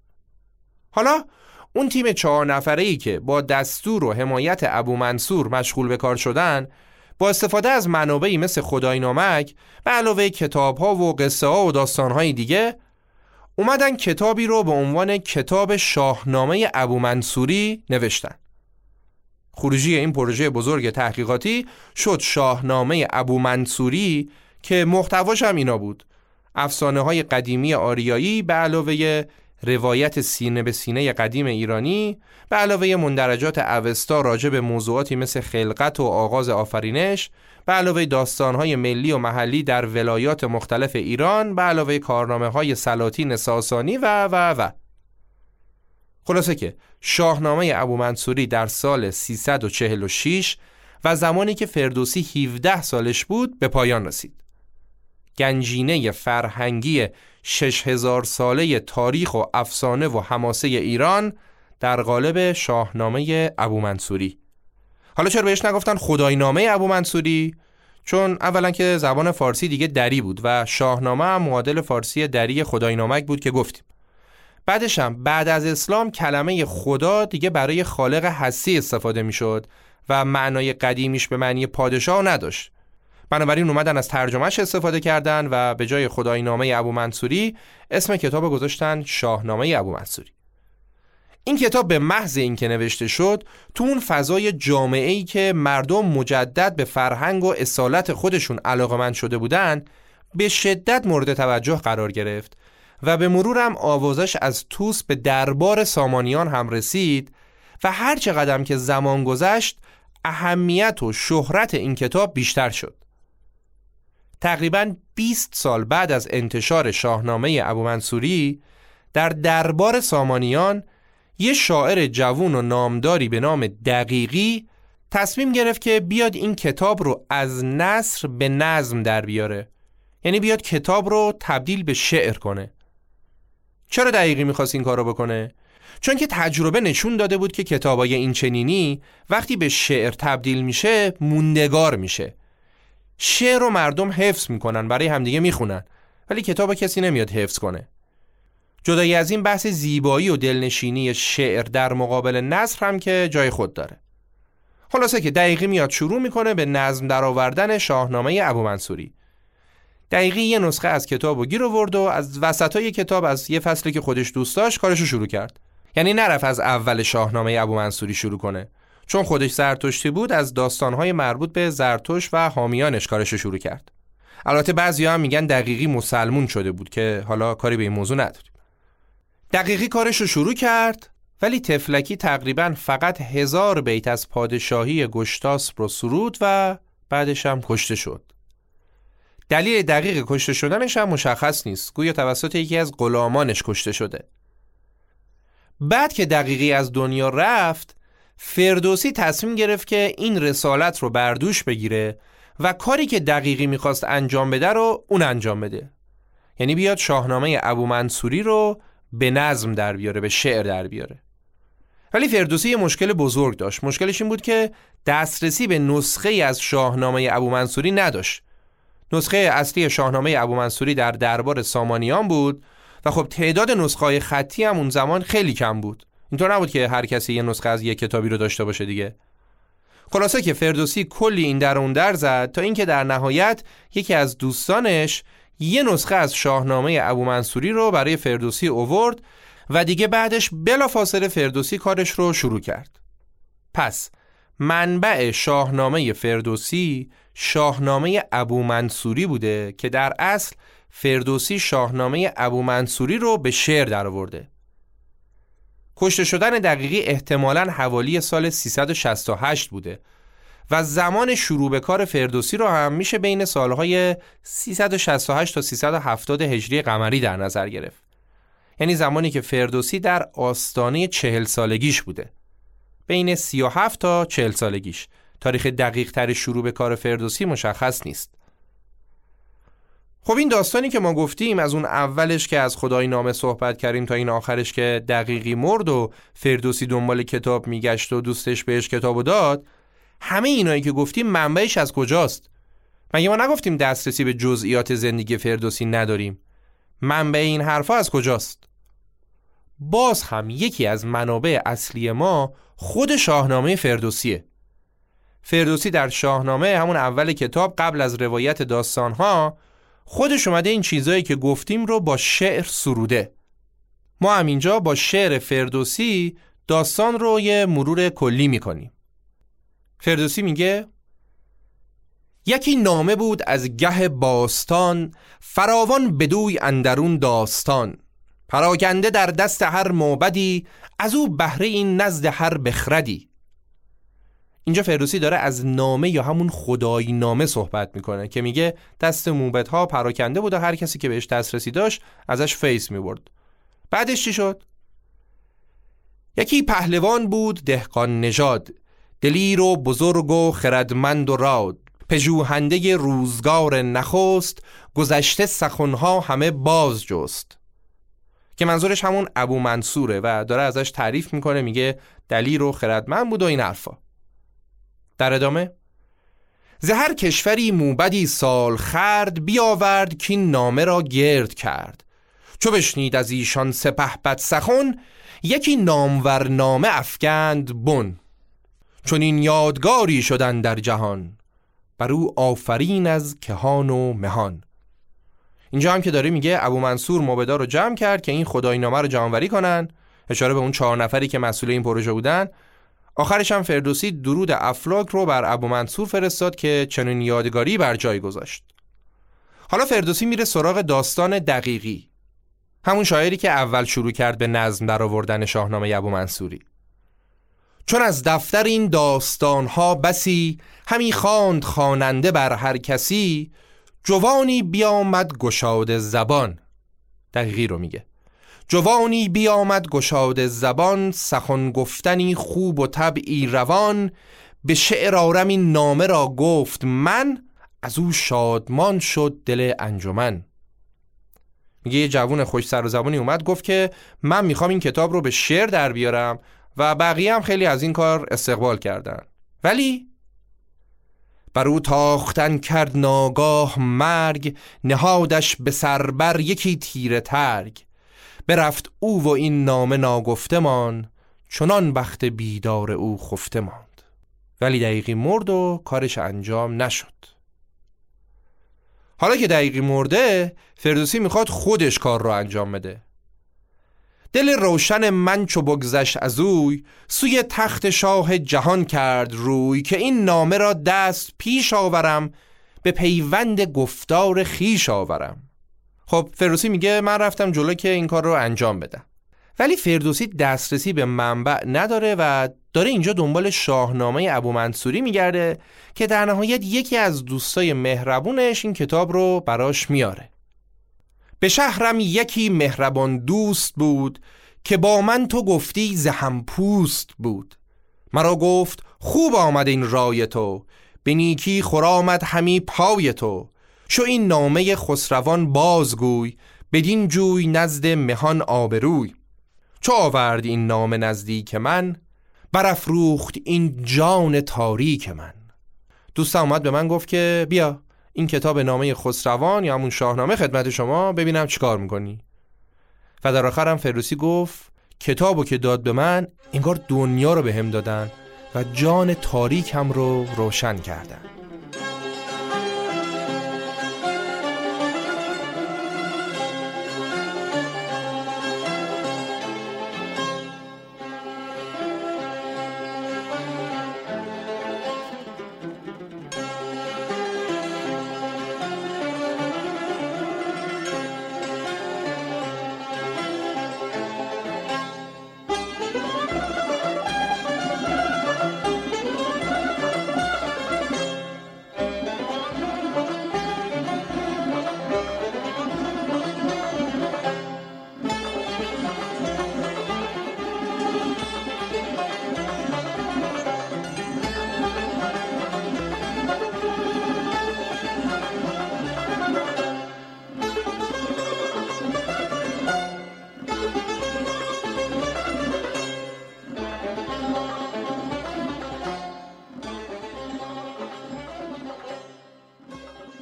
[SPEAKER 4] حالا اون تیم چهار نفره‌ای که با دستور و حمایت ابو منصور مشغول به کار شدن، با استفاده از منابعی مثل خدای نامک به علاوه کتاب‌ها و قصه‌ها و داستان‌های دیگه، اومدن کتابی رو به عنوان کتاب شاهنامه ابو منصوری نوشتن. خروجی این پروژه بزرگ تحقیقاتی شد شاهنامه ابو منصوری که محتواش هم اینا بود: افسانه‌های قدیمی آریایی به علاوه روایت سینه به سینه قدیم ایرانی، به علاوه مندرجات اوستا راجع به موضوعاتی مثل خلقت و آغاز آفرینش، به علاوه داستان‌های ملی و محلی در ولایات مختلف ایران، به علاوه کارنامه‌های سلاطین ساسانی و و و خلاصه که شاهنامه ابو منصوری در سال سیصد و چهل و شش و زمانی که فردوسی هفده سالش بود به پایان رسید. گنجینه فرهنگی شش هزار ساله تاریخ و افسانه و حماسه ایران در قالب شاهنامه ابو منصوری. حالا چرا بهش نگفتن خداینامه ابو منصوری؟ چون اولا که زبان فارسی دیگه دری بود و شاهنامه هم معادل فارسی دری خداینامک بود که گفتیم. بعدش هم بعد از اسلام کلمه خدا دیگه برای خالق هستی استفاده میشد و معنای قدیمیش به معنی پادشاه نداشت. بنابراین اومدن از ترجمهش استفاده کردن و به جای خداینامه ابو منصوری اسم کتاب گذاشتن شاهنامه ابو منصوری. این کتاب به محض اینکه نوشته شد تو اون فضای جامعه‌ای که مردم مجدد به فرهنگ و اصالت خودشون علاقه‌مند شده بودن به شدت مورد توجه قرار گرفت و به مرور هم آوازش از طوس به دربار سامانیان هم رسید و هر چقدر که زمان گذشت اهمیت و شهرت این کتاب بیشتر شد. تقریباً بیست سال بعد از انتشار شاهنامه ابو منصوری در دربار سامانیان یه شاعر جوون و نامداری به نام دقیقی تصمیم گرفت که بیاد این کتاب رو از نثر به نظم در بیاره، یعنی بیاد کتاب رو تبدیل به شعر کنه. چرا دقیقی میخواست این کار رو بکنه؟ چون که تجربه نشون داده بود که کتابای این چنینی وقتی به شعر تبدیل میشه موندگار میشه. شعر رو مردم حفظ میکنن، برای همدیگه میخونن، ولی کتاب کسی نمیاد حفظ کنه. جدای از این بحث زیبایی و دلنشینی شعر در مقابل نثر هم که جای خود داره. خلاصه که دقیقی میاد شروع میکنه به نظم در آوردن شاهنامه ابو منصوری. دقیقی یه نسخه از کتابو گیر آورد و از وسطای کتاب از یه فصلی که خودش دوست داشت کارشو شروع کرد. یعنی نرفت از اول شاهنامه ابو منصوری شروع کنه، چون خودش زرتشتی بود از داستانهای مربوط به زرتشت و حامیانش کارشو شروع کرد. البته بعضیا هم میگن دقیقی مسلمون شده بود که حالا کاری به این موضوع نداریم. دقیقی کارشو شروع کرد، ولی تفلکی تقریباً فقط هزار بیت از پادشاهی گشتاسپ رو سرود و بعدش هم کشته شد. دلیل دقیق کشته شدنش هم مشخص نیست، گویا توسط یکی از غلامانش کشته شده. بعد که دقیقی از دنیا رفت، فردوسی تصمیم گرفت که این رسالت رو بر دوش بگیره و کاری که دقیقی میخواست انجام بده رو اون انجام بده. یعنی بیاد شاهنامه ابو منصوری رو به نظم در بیاره، به شعر در بیاره. ولی فردوسی یه مشکل بزرگ داشت. مشکلش این بود که دسترسی به نسخه از شاهنامه ابو منصوری نداشت. نسخه اصلی شاهنامه ابو منصوری در دربار سامانیان بود و خب تعداد نسخه‌های خطی هم اون زمان خیلی کم بود. اینطور نبود که هر کسی یه نسخه از یک کتابی رو داشته باشه دیگه. خلاصه که فردوسی کلی این در اون در زد تا اینکه در نهایت یکی از دوستانش یه نسخه از شاهنامه ابو منصوری رو برای فردوسی آورد و دیگه بعدش بلافاصله فردوسی کارش رو شروع کرد. پس منبع شاهنامه فردوسی شاهنامه ابو منصوری بوده که در اصل فردوسی شاهنامه ابو منصوری رو به شعر در آورده. کشته شدن دقیقی احتمالاً حوالی سال سیصد و شصت و هشت بوده و زمان شروع به کار فردوسی رو هم میشه بین سالهای سیصد و شصت و هشت تا سیصد و هفتاد هجری قمری در نظر گرفت. یعنی زمانی که فردوسی در آستانه چهل سالگیش بوده، بین سی و هفت تا چهل سالگیش. تاریخ دقیق تر شروع به کار فردوسی مشخص نیست. خب این داستانی که ما گفتیم از اون اولش که از خدای نامه صحبت کردیم تا این آخرش که دقیقی مرد و فردوسی دنبال کتاب میگشت و دوستش بهش کتابو داد، همه اینایی که گفتیم منبعش از کجاست؟ مگه ما نگفتیم دسترسی به جزئیات زندگی فردوسی نداریم؟ منبع این حرفا از کجاست؟ باز هم یکی از منابع اصلی ما خود شاهنامه فردوسیه. فردوسی در شاهنامه همون اول کتاب قبل از روایت داستانها خودش اومده این چیزایی که گفتیم رو با شعر سروده. ما هم اینجا با شعر فردوسی داستان رو یه مرور کلی میکنیم. فردوسی میگه یکی نامه بود از گه باستان، فراوان بدوی اندرون داستان. پراکنده در دست هر موبدی، از او بهره این نزد هر بخردی. اینجا فردوسی داره از نامه یا همون خدایی نامه صحبت میکنه که میگه دست موبدها پراکنده بود و هر کسی که بهش دسترسی داشت ازش فیس میبرد. بعدش چی شد؟ یکی پهلوان بود دهقان نژاد، دلیر و بزرگ و خردمند و راد. پژوهنده روزگار نخست، گذشته سخنها همه باز جست. که منظورش همون ابو منصوره و داره ازش تعریف میکنه، میگه دلیر و خردمند بود و این حرفا. در ادامه ز هر کشوری موبدی سال خرد، بیاورد که این نامه را گرد کرد. چو بشنید از ایشان سپهبد سخن، یکی نامور نامه افکند بن. چون این یادگاری شدن در جهان، بر او آفرین از کهان و مهان. اینجا هم که داره میگه ابو منصور موبدا رو جمع کرد که این خدایی نامه رو جمع‌آوری کنن، اشاره به اون چهار نفری که مسئول این پروژه بودن. آخرش هم فردوسی درود افلاک رو بر ابو منصور فرستاد که چنین یادگاری بر جای گذاشت. حالا فردوسی میره سراغ داستان دقیقی، همون شاعری که اول شروع کرد به نظم در آوردن شاهنامه ابو منصوری. چون از دفتر این داستانها بسی، همی خواند خواننده بر هر کسی. جوانی بیامد گشاده زبان، دقیقی رو میگه. جوانی بیامد گشاده زبان، سخن گفتنی خوب و طبعی روان. به شعر آرم این نامه را گفت من، از او شادمان شد دل انجمن. میگه یه جوون خوش سر و زبانی اومد گفت که من میخوام این کتاب رو به شعر در بیارم و بقیه هم خیلی از این کار استقبال کردن، ولی بر او تاختن کرد ناگاه مرگ. نهادش به سربر یکی تیره ترگ. برفت او و این نامه ناگفته مان، چنان بخت بیدار او خفته ماند. ولی دقیقی مرد و کارش انجام نشد. حالا که دقیقی مرده، فردوسی میخواد خودش کار رو انجام بده. دل روشن من چو بگذشت از اوی، سوی تخت شاه جهان کرد روی. که این نامه را دست پیش آورم، به پیوند گفتار خیش آورم. خب فردوسی میگه من رفتم جلو که این کار رو انجام بدم، ولی فردوسی دسترسی به منبع نداره و داره اینجا دنبال شاهنامه ابو منصوری میگرده که در نهایت یکی از دوستای مهربونش این کتاب رو براش میاره. به شهرم یکی مهربان دوست بود، که با من تو گفتی ز هم پوست بود. مرا گفت خوب آمد این رای تو، به نیکی خرامد همی پای تو. شو این نامه خسروان بازگوی، بدین جوی نزد مهان آبروی. چو آورد این نامه نزدیک من، برافروخت این جان تاریک من. دوستم اومد به من گفت که بیا این کتاب نامه خسروان یا همون شاهنامه خدمت شما، ببینم چی کار میکنی. و در آخرم فردوسی گفت کتابو که داد به من، انگار دنیا رو به هم دادن و جان تاریک هم رو روشن کردن.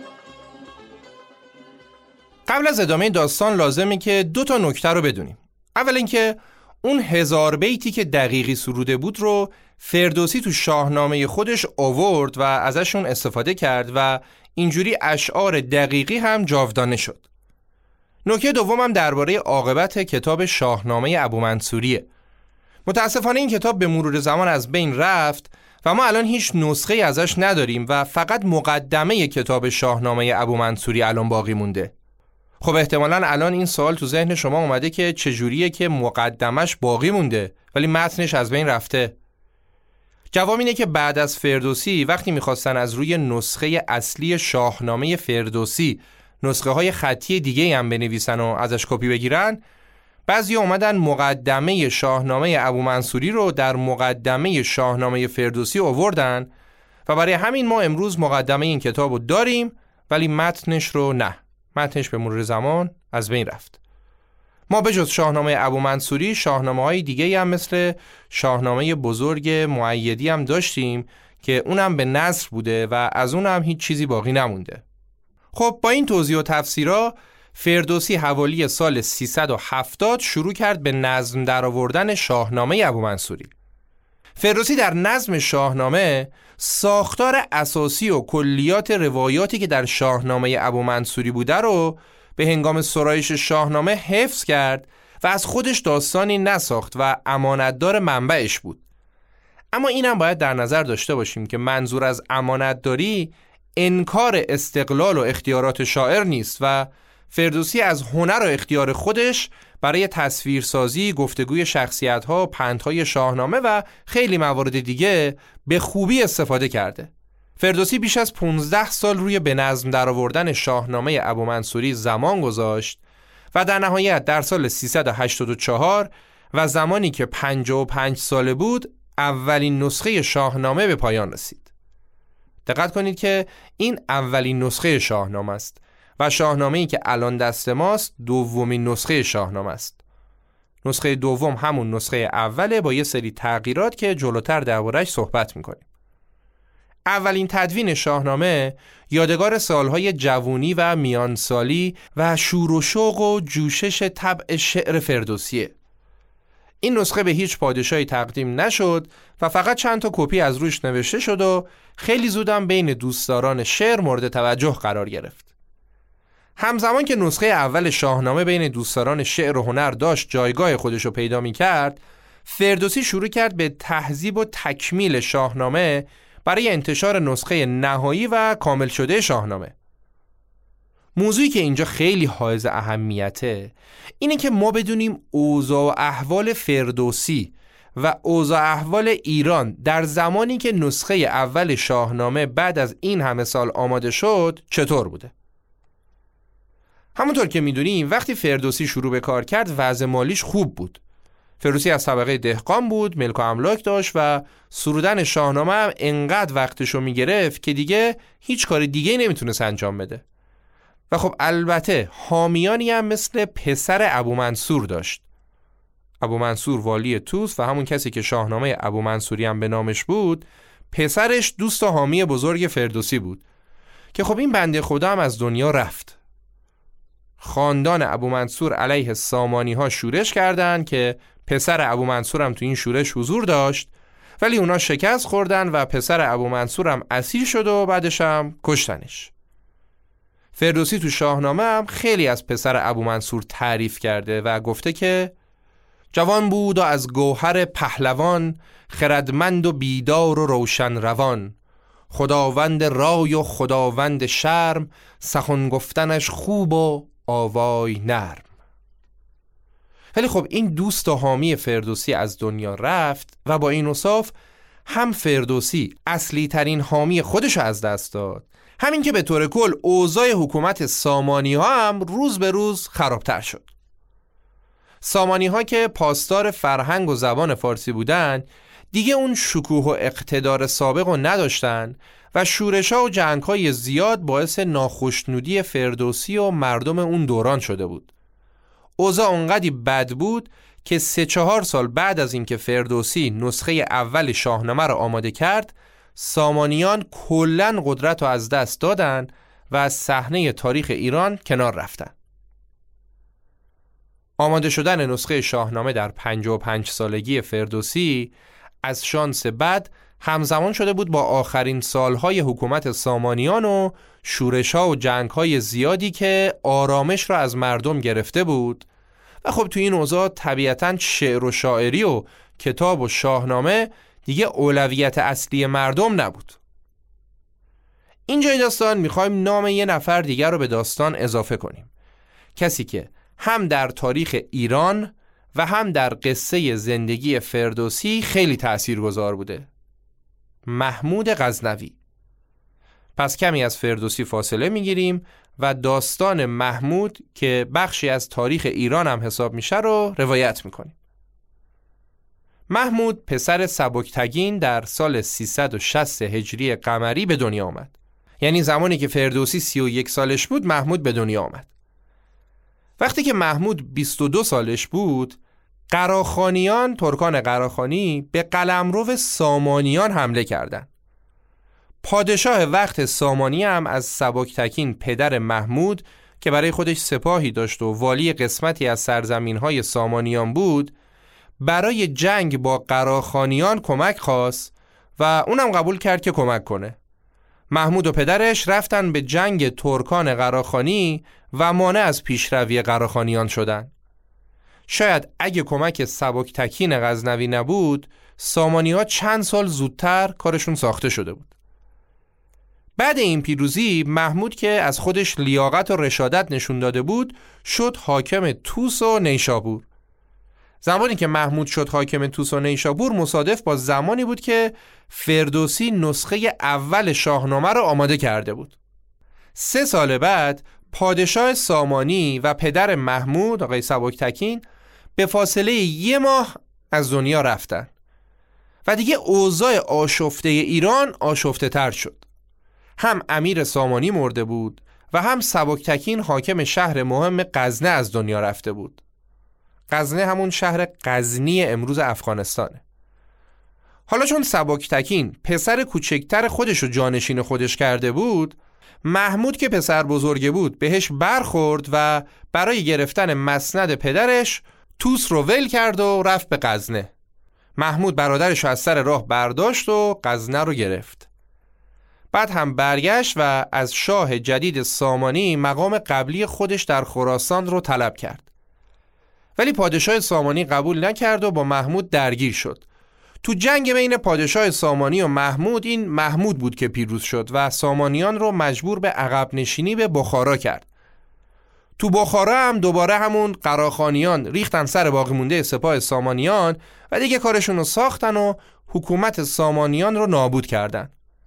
[SPEAKER 4] قبل از ادامه داستان لازمه که دو تا نکته رو بدونیم. اول اینکه اون هزار بیتی که دقیقی سروده بود رو فردوسی تو شاهنامه خودش آورد و ازشون استفاده کرد و اینجوری اشعار دقیقی هم جاودانه شد. نکته دومم درباره عاقبت کتاب شاهنامه ابومنصوریه. متاسفانه این کتاب به مرور زمان از بین رفت و ما الان هیچ نسخه ازش نداریم و فقط مقدمه کتاب شاهنامه ابومنصوری الان باقی مونده. خب احتمالاً الان این سوال تو ذهن شما اومده که چجوریه که مقدمش باقی مونده ولی متنش از بین رفته؟ جواب اینه که بعد از فردوسی وقتی میخواستن از روی نسخه اصلی شاهنامه فردوسی نسخه های خطی دیگه هم بنویسن و ازش کپی بگیرن، بعضی اومدن مقدمه شاهنامه ابومنصوری رو در مقدمه شاهنامه فردوسی آوردن و برای همین ما امروز مقدمه این کتاب رو داریم ولی متنش رو نه. متنش به مرور زمان از بین رفت. ما به جز شاهنامه ابومنصوری شاهنامه های دیگه هم مثل شاهنامه بزرگ مؤیدی هم داشتیم که اونم به نثر بوده و از اونم هیچ چیزی باقی نمونده. خب با این توضیح و تفسیرها فردوسی حوالی سال سیصد و هفتاد شروع کرد به نظم درآوردن شاهنامه ابومنصوری. فردوسی در نظم شاهنامه ساختار اساسی و کلیات روایاتی که در شاهنامه ابومنصوری بوده رو به هنگام سرایش شاهنامه حفظ کرد و از خودش داستانی نساخت و امانتدار منبعش بود. اما اینم باید در نظر داشته باشیم که منظور از امانتداری انکار استقلال و اختیارات شاعر نیست و فردوسی از هنر و اختیار خودش برای تصویرسازی، گفتگوی شخصیت‌ها، پندهای شاهنامه و خیلی موارد دیگه به خوبی استفاده کرده. فردوسی بیش از پانزده سال روی به نظم درآوردن شاهنامه ابومنصوری زمان گذاشت و در نهایت در سال سیصد و هشتاد و چهار و زمانی که پنجاه و پنج ساله بود اولین نسخه شاهنامه به پایان رسید. دقت کنید که این اولین نسخه شاهنامه است و شاهنامه‌ای که الان دست ماست دومین نسخه شاهنامه است. نسخه دوم همون نسخه اوله با یه سری تغییرات که جلوتر درباره‌اش صحبت می‌کنیم. اولین تدوین شاهنامه یادگار سالهای جوانی و میانسالی و شور و شوق و جوشش طبع شعر فردوسیه. این نسخه به هیچ پادشاهی تقدیم نشد و فقط چند تا کپی از روش نوشته شد و خیلی زودم بین دوستداران شعر مورد توجه قرار گرفت. همزمان که نسخه اول شاهنامه بین دوستداران شعر و هنر داشت جایگاه خودش رو پیدا می کرد، فردوسی شروع کرد به تهذیب و تکمیل شاهنامه برای انتشار نسخه نهایی و کامل شده شاهنامه. موضوعی که اینجا خیلی حائز اهمیته اینه که ما بدونیم اوضاع و احوال فردوسی و اوضاع احوال ایران در زمانی که نسخه اول شاهنامه بعد از این همه سال آماده شد چطور بوده. همونطور که میدونیم وقتی فردوسی شروع به کار کرد وضع مالیش خوب بود. فردوسی از طبقه دهقان بود، ملک و املاک داشت و سرودن شاهنامه هم انقدر وقتشو میگرفت که دیگه هیچ کار دیگه نمیتونست انجام بده. و خب البته حامیانی هم مثل پسر ابومنصور داشت. ابومنصور والی طوس و همون کسی که شاهنامه ابومنصوری هم به نامش بود، پسرش دوست و حامی بزرگ فردوسی بود که خب این بنده خدا هم از دنیا رفت. خاندان ابومنصور علیه سامانی ها شورش کردند که پسر ابومنصور هم تو این شورش حضور داشت، ولی اونا شکست خوردن و پسر ابومنصور هم اسیر شد و بعدش هم کشتنش. فردوسی تو شاهنامه هم خیلی از پسر ابومنصور تعریف کرده و گفته که جوان بود و از گوهر پهلوان، خردمند و بیدار و روشن روان، خداوند رای و خداوند شرم، سخن گفتنش خوب و آوای نرم. ولی خب این دوست و حامی فردوسی از دنیا رفت و با این اوصاف هم فردوسی اصلی ترین حامی خودش از دست داد، همین که به طور کل اوضاع حکومت سامانی ها هم روز به روز خرابتر شد. سامانی ها که پاسدار فرهنگ و زبان فارسی بودن دیگه اون شکوه و اقتدار سابق رو نداشتن و شورش ها و جنگ های زیاد باعث ناخشنودی فردوسی و مردم اون دوران شده بود. اوضاع اونقدی بد بود که سه چهار سال بعد از اینکه فردوسی نسخه اول شاهنامه رو آماده کرد، سامانیان کلاً قدرت رو از دست دادن و از صحنه تاریخ ایران کنار رفتن. آماده شدن نسخه شاهنامه در پنجاه و پنج سالگی فردوسی از شانس بد همزمان شده بود با آخرین سالهای حکومت سامانیان و شورش‌ها و جنگ‌های زیادی که آرامش را از مردم گرفته بود و خب تو این اوضاع طبیعتاً شعر و شاعری و کتاب و شاهنامه دیگه اولویت اصلی مردم نبود. اینجای داستان میخوایم نام یه نفر دیگر رو به داستان اضافه کنیم، کسی که هم در تاریخ ایران و هم در قصه زندگی فردوسی خیلی تأثیرگذار بوده: محمود غزنوی. پس کمی از فردوسی فاصله میگیریم و داستان محمود که بخشی از تاریخ ایران هم حساب میشه رو روایت میکنیم. محمود پسر سبکتگین در سال سیصد و شصت هجری قمری به دنیا آمد. یعنی زمانی که فردوسی سی و یک سالش بود محمود به دنیا آمد. وقتی که محمود بیست و دو سالش بود، قراخانیان، ترکان قراخانی به قلمرو سامانیان حمله کردند. پادشاه وقت سامانی هم از سبکتگین پدر محمود که برای خودش سپاهی داشت و والی قسمتی از سرزمین‌های سامانیان بود، برای جنگ با قراخانیان کمک خواست و اونم قبول کرد که کمک کنه. محمود و پدرش رفتن به جنگ ترکان قراخانی و مانع از پیشروی قراخانیان شدن. شاید اگه کمک سبکتگین غزنوی نبود، سامانی‌ها چند سال زودتر کارشون ساخته شده بود. بعد این پیروزی محمود که از خودش لیاقت و رشادت نشون داده بود، شد حاکم طوس و نیشابور. زمانی که محمود شد حاکم طوس و نیشابور مصادف با زمانی بود که فردوسی نسخه اول شاهنامه رو آماده کرده بود. سه سال بعد پادشاه سامانی و پدر محمود آقای سبکتگین به فاصله یه ماه از دنیا رفتن و دیگه اوضاع آشفته ایران آشفته تر شد. هم امیر سامانی مرده بود و هم سبکتگین حاکم شهر مهم غزنه از دنیا رفته بود. غزنه همون شهر غزنی امروز افغانستانه. حالا چون سبکتگین پسر کوچکتر خودش رو جانشین خودش کرده بود، محمود که پسر بزرگه بود بهش برخورد و برای گرفتن مسند پدرش طوس رو ول کرد و رفت به غزنه. محمود برادرش رو از سر راه برداشت و غزنه رو گرفت. بعد هم برگشت و از شاه جدید سامانی مقام قبلی خودش در خراسان رو طلب کرد. ولی پادشاه سامانی قبول نکرد و با محمود درگیر شد. تو جنگ بین پادشاه سامانی و محمود این محمود بود که پیروز شد و سامانیان رو مجبور به عقب نشینی به بخارا کرد. تو بخارا هم دوباره همون قراخانیان ریختن سر باقی مونده سپاه سامانیان و دیگه کارشون رو ساختن و حکومت سامانیان رو نابود کردن.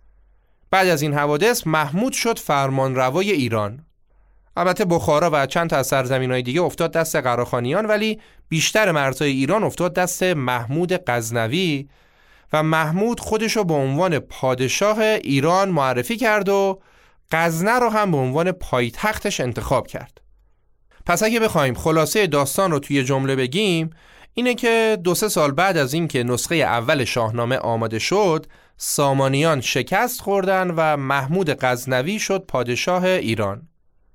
[SPEAKER 4] بعد از این حوادث محمود شد فرمانروای ایران. البته بخارا و چند تا از سرزمین‌های دیگه افتاد دست قراخانیان، ولی بیشتر مرزهای ایران افتاد دست محمود غزنوی و محمود خودشو به عنوان پادشاه ایران معرفی کرد و غزنه رو هم به عنوان پایتختش انتخاب کرد. پس اگه بخوایم خلاصه داستان رو توی جمله بگیم، اینه که دو سه سال بعد از این که نسخه اول شاهنامه آماده شد، سامانیان شکست خوردن و محمود غزنوی شد پادشاه ایران.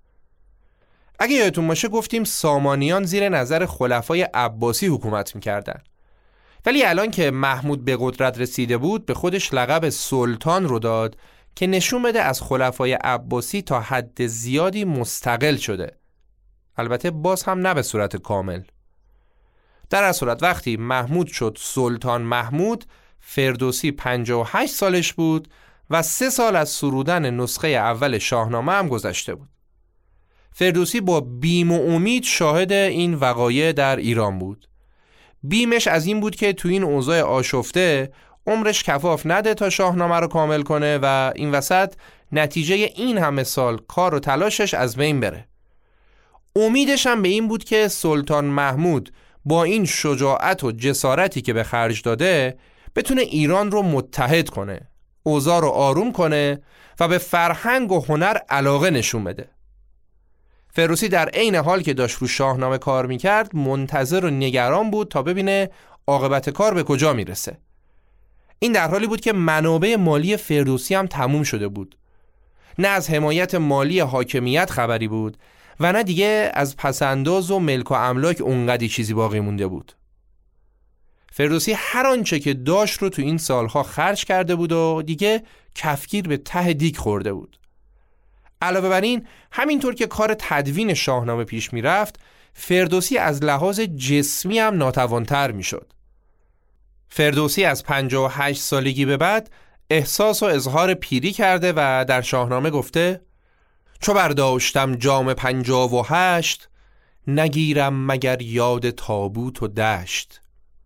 [SPEAKER 4] اگه یادتون باشه گفتیم سامانیان زیر نظر خلفای عباسی حکومت میکردن، ولی الان که محمود به قدرت رسیده بود به خودش لقب سلطان رو داد که نشون بده از خلفای عباسی تا حد زیادی مستقل شده. البته باز هم نه به صورت کامل. در هر صورت وقتی محمود شد سلطان محمود، فردوسی پنجاه و هشت سالش بود و سه سال از سرودن نسخه اول شاهنامه هم گذشته بود. فردوسی با بیم و امید شاهد این وقایع در ایران بود. بیمش از این بود که تو این اوضاع آشفته عمرش کفاف نده تا شاهنامه رو کامل کنه و این وسط نتیجه این همه سال کار و تلاشش از بین بره. امیدش هم به این بود که سلطان محمود با این شجاعت و جسارتی که به خرج داده بتونه ایران رو متحد کنه، اوضاع رو آروم کنه و به فرهنگ و هنر علاقه نشون بده. فردوسی در عین حال که داشت رو شاهنامه کار میکرد منتظر و نگران بود تا ببینه عاقبت کار به کجا میرسه. این در حالی بود که منابع مالی فردوسی هم تموم شده بود. نه از حمایت مالی حاکمیت خبری بود و نه دیگه از پسنداز و ملک و املاک اونقدی چیزی باقی مونده بود. فردوسی هر آنچه که داشت رو تو این سالها خرج کرده بود و دیگه کفگیر به ته دیگ خورده بود. علاوه بر این، همینطور که کار تدوین شاهنامه پیش می رفت، فردوسی از لحاظ جسمی هم ناتوانتر می شد. فردوسی از پنجاه و هشت سالگی به بعد احساس و اظهار پیری کرده و در شاهنامه گفته چو برداشتم جام پنجاه و هشت، نگیرم مگر یاد تابوت و دشت.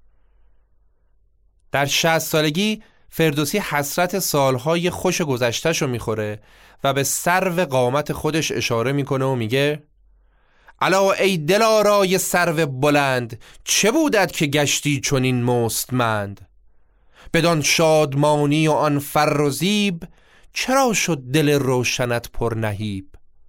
[SPEAKER 4] در شصت سالگی فردوسی حسرت سالهای خوش گذشته‌ش رو میخوره و به سرو قامت خودش اشاره میکنه و میگه الا ای دلارای سرو بلند، چه بودت که گشتی چنین مستمند؟ بدان شادمانی و آن فر و زیب، چرا شد دل روشنت پر نهیب؟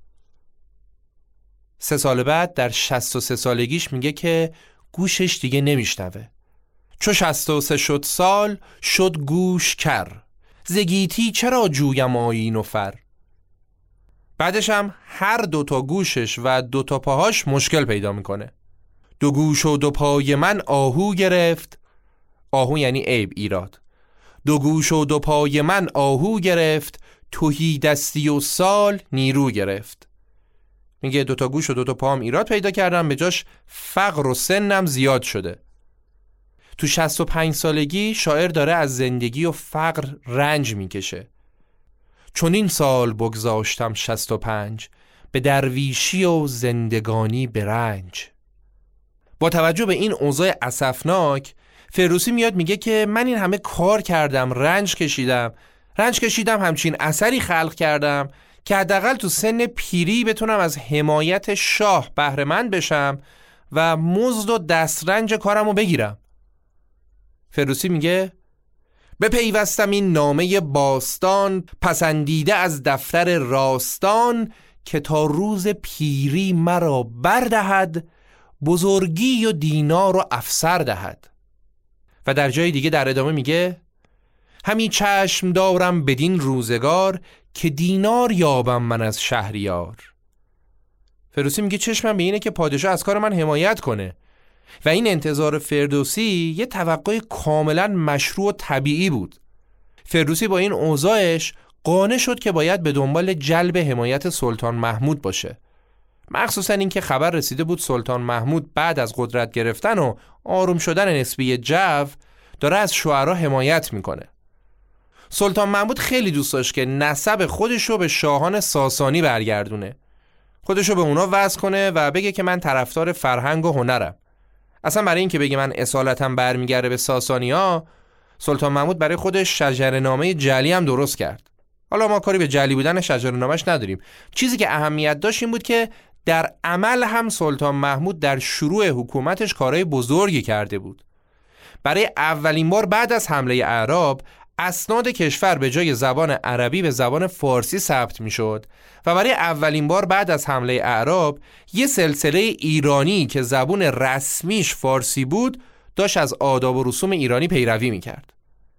[SPEAKER 4] سه سال بعد در شصت و سه سالگیش میگه که گوشش دیگه نمیشنوه. چو شصت و سه شد سال، شد گوش کر، زگیتی چرا جویم آیین و فر؟ بعدش هم هر دوتا گوشش و دوتا پاهاش مشکل پیدا میکنه. دو گوش و دو پای من آهو گرفت، آهو یعنی عیب، ایراد. دو گوش و دو پای من آهو گرفت، تهی دستی و سال نیرو گرفت. میگه دوتا گوش و دوتا پاهم ایراد پیدا کردم، به جاش فقر و سنم زیاد شده. تو شصت و پنج سالگی شاعر داره از زندگی و فقر رنج میکشه. چون این سال بگذاشتم شصت و پنج، به درویشی و زندگانی به رنج. با توجه به این اوضاع اسفناک، فردوسی میاد میگه که من این همه کار کردم، رنج کشیدم رنج کشیدم همچین اثری خلق کردم که حداقل تو سن پیری بتونم از حمایت شاه بهره مند بشم و مزد و دسترنج کارمو بگیرم. فردوسی میگه بپیوستم این نامه باستان، پسندیده از دفتر راستان، که تا روز پیری مرا بردهد، بزرگی و دینار و افسر دهد. و در جای دیگه در ادامه میگه همی چشم دارم بدین روزگار، که دینار یابم من از شهریار. فردوسی میگه چشمم به اینه که پادشاه از کار من حمایت کنه و این انتظار فردوسی یه توقع کاملا مشروع و طبیعی بود. فردوسی با این اوضاعش قانع شد که باید به دنبال جلب حمایت سلطان محمود باشه، مخصوصا این که خبر رسیده بود سلطان محمود بعد از قدرت گرفتن و آروم شدن نسبی جو داره از شعرا حمایت میکنه. سلطان محمود خیلی دوست داشت که نسب خودشو به شاهان ساسانی برگردونه، خودشو به اونا وصل کنه و بگه که من طرفدار فرهنگ و هنرم. اصلا برای این که بگه من اصالتم برمیگرده به ساسانی‌ها، سلطان محمود برای خودش شجره‌نامه جعلی هم درست کرد. حالا ما کاری به جعلی بودن شجره‌نامه‌اش نداریم. چیزی که اهمیت داشت این بود که در عمل هم سلطان محمود در شروع حکومتش کارهای بزرگی کرده بود. برای اولین بار بعد از حمله اعراب اسناد کشور به جای زبان عربی به زبان فارسی ثبت میشد و برای اولین بار بعد از حمله اعراب یه سلسله ایرانی که زبان رسمیش فارسی بود داشت از آداب و رسوم ایرانی پیروی میکرد.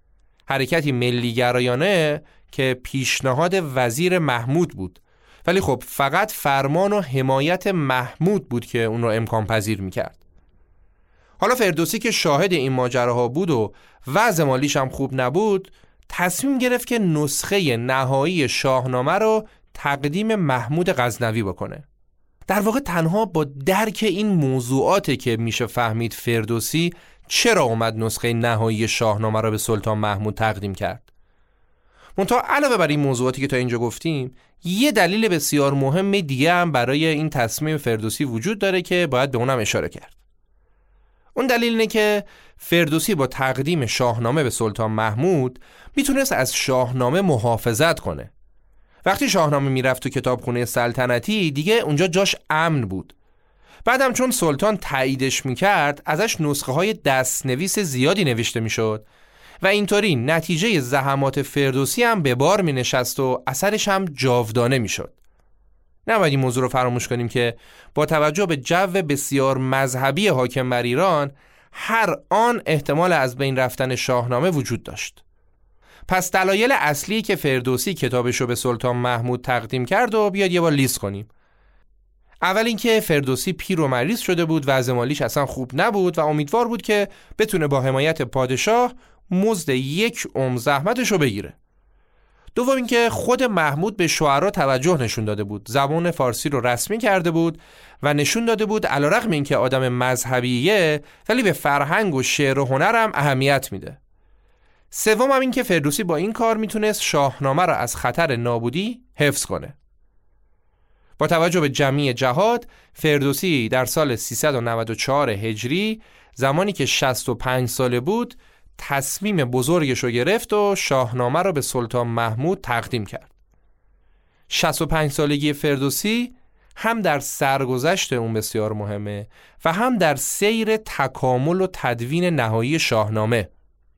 [SPEAKER 4] حرکتی ملی گرایانه که پیشنهاد وزیر محمود بود، ولی خب فقط فرمان و حمایت محمود بود که اون رو امکان پذیر میکرد. حالا فردوسی که شاهد این ماجراها بود و وضع مالیش هم خوب نبود، تصمیم گرفت که نسخه نهایی شاهنامه رو تقدیم محمود غزنوی بکنه. در واقع تنها با درک این موضوعاته که میشه فهمید فردوسی چرا اومد نسخه نهایی شاهنامه رو به سلطان محمود تقدیم کرد. منتها علاوه بر این موضوعاتی که تا اینجا گفتیم، یه دلیل بسیار مهم دیگه هم برای این تصمیم فردوسی وجود داره که باید به اونم اشاره کرد. اون دلیل اینه که فردوسی با تقدیم شاهنامه به سلطان محمود میتونست از شاهنامه محافظت کنه. وقتی شاهنامه میرفت تو کتابخونه سلطنتی دیگه اونجا جاش امن بود. بعدم چون سلطان تاییدش میکرد ازش نسخه های دستنویس زیادی نوشته میشد و اینطوری نتیجه زحمات فردوسی هم به بار مینشست و اثرش هم جاودانه میشد. نباید این موضوع رو فراموش کنیم که با توجه به جو بسیار مذهبی حاکم بر ایران هر آن احتمال از بین رفتن شاهنامه وجود داشت. پس دلایل اصلی که فردوسی کتابش رو به سلطان محمود تقدیم کرد و بیاد یه بار لیست کنیم. اول اینکه فردوسی پیر و مریض شده بود، وضع مالیش اصلا خوب نبود و امیدوار بود که بتونه با حمایت پادشاه مزد یک عمر زحمتش رو بگیره. دوم اینکه خود محمود به شعرا توجه نشون داده بود، زبان فارسی رو رسمی کرده بود و نشون داده بود علیرغم اینکه آدم مذهبیه ولی به فرهنگ و شعر و هنر هم اهمیت میده. سوم هم اینکه فردوسی با این کار میتونست شاهنامه رو از خطر نابودی حفظ کنه. با توجه به جمعی جهاد، فردوسی در سال سیصد و نود و چهار هجری زمانی که شصت و پنج ساله بود تصمیم بزرگش رو گرفت و شاهنامه رو به سلطان محمود تقدیم کرد. شصت و پنج سالگی فردوسی هم در سرگذشت اون بسیار مهمه و هم در سیر تکامل و تدوین نهایی شاهنامه.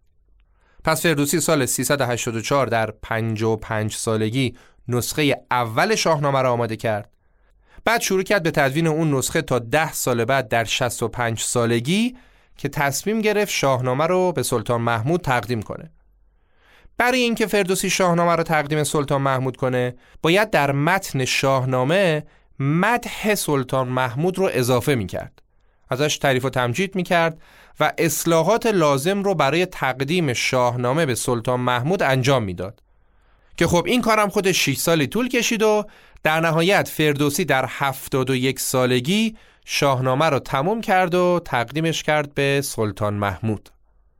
[SPEAKER 4] پس فردوسی سال سیصد و هشتاد و چهار در پنجاه و پنج سالگی نسخه اول شاهنامه را آماده کرد. بعد شروع کرد به تدوین اون نسخه تا ده سال بعد در شصت و پنج سالگی که تصمیم گرفت شاهنامه رو به سلطان محمود تقدیم کنه. برای اینکه فردوسی شاهنامه رو تقدیم سلطان محمود کنه، باید در متن شاهنامه مدح سلطان محمود رو اضافه می‌کرد. ازش تعریف و تمجید می‌کرد و اصلاحات لازم رو برای تقدیم شاهنامه به سلطان محمود انجام میداد. که خب این کارم خودش شش سالی طول کشید و در نهایت فردوسی در هفتاد و یک سالگی شاهنامه رو تموم کرد و تقدیمش کرد به سلطان محمود.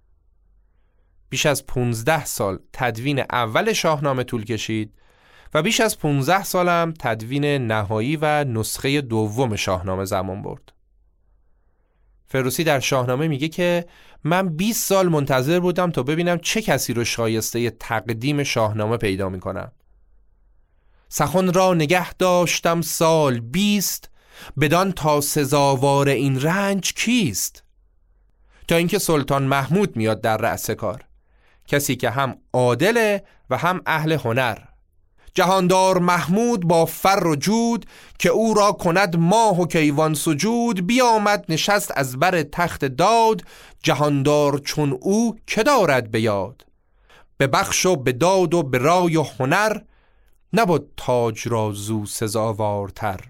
[SPEAKER 4] بیش از پانزده سال تدوین اول شاهنامه طول کشید و بیش از پانزده سالم تدوین نهایی و نسخه دوم شاهنامه زمان برد. فردوسی در شاهنامه میگه که من بیست سال منتظر بودم تا ببینم چه کسی رو شایسته تقدیم شاهنامه پیدا میکنم. سخن را نگه داشتم سال بیست، بدان تا سزاوار این رنج کیست؟ تا اینکه سلطان محمود میاد در رأس کار، کسی که هم عادله و هم اهل هنر. جهاندار محمود با فر و جود، که او را کند ماه و کیوان سجود. بیامد نشست از بر تخت داد، جهاندار چون او که دارد به یاد. به بخش و به داد و به رای و هنر، نبود تاج را زو سزاوارتر.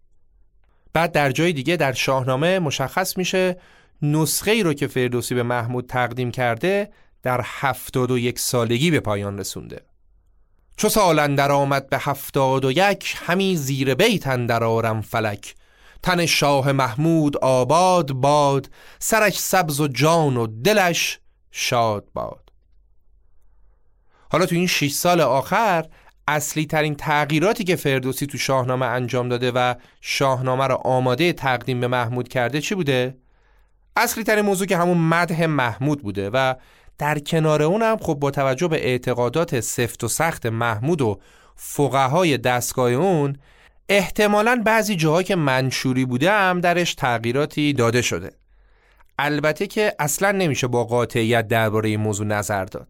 [SPEAKER 4] بعد در جای دیگه در شاهنامه مشخص میشه نسخه ای رو که فردوسی به محمود تقدیم کرده در هفتاد و یک سالگی به پایان رسونده. چو سال اندر آمد به هفتاد و یک، همی زیر بیت اندر آرم فلک. تن شاه محمود آباد باد، سرش سبز و جان و دلش شاد باد. حالا تو این شش سال آخر اصلی ترین تغییراتی که فردوسی تو شاهنامه انجام داده و شاهنامه را آماده تقدیم به محمود کرده چی بوده؟ اصلی ترین موضوع که همون مدح محمود بوده و در کنار اونم خب با توجه به اعتقادات سفت و سخت محمود و فقهای دستگاه اون احتمالاً بعضی جاها که منشوری بوده هم درش تغییراتی داده شده. البته که اصلاً نمیشه با قاطعیت درباره این موضوع نظر داد.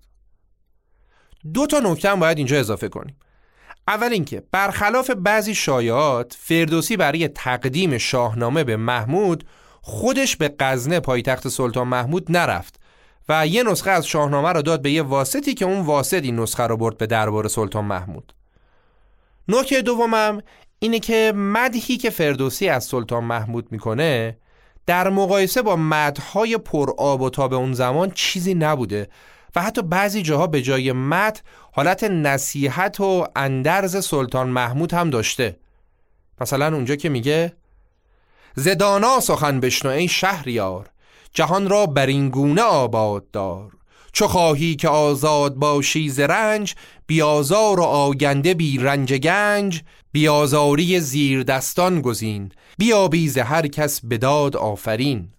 [SPEAKER 4] دو تا نکته هم باید اینجا اضافه کنیم. اول اینکه برخلاف بعضی شایعات فردوسی برای تقدیم شاهنامه به محمود خودش به غزنه پایتخت سلطان محمود نرفت و یه نسخه از شاهنامه رو داد به یه واسطی که اون واسط این نسخه رو برد به دربار سلطان محمود. نکته دومم اینه که مدحی که فردوسی از سلطان محمود میکنه در مقایسه با مدح‌های پر آب و تاب اون زمان چیزی نبوده و حتی بعضی جاها به جای مدح حالت نصیحت و اندرز سلطان محمود هم داشته. مثلا اونجا که میگه زدانا سخن بشنو ای شهریار، جهان را بر این گونه آباد دار. چو خواهی که آزاد باشی ز رنج، بیازار و آگنده بی رنج گنج. بیازاری زیر دستان گزین، بیابی ز هر کس بداد آفرین.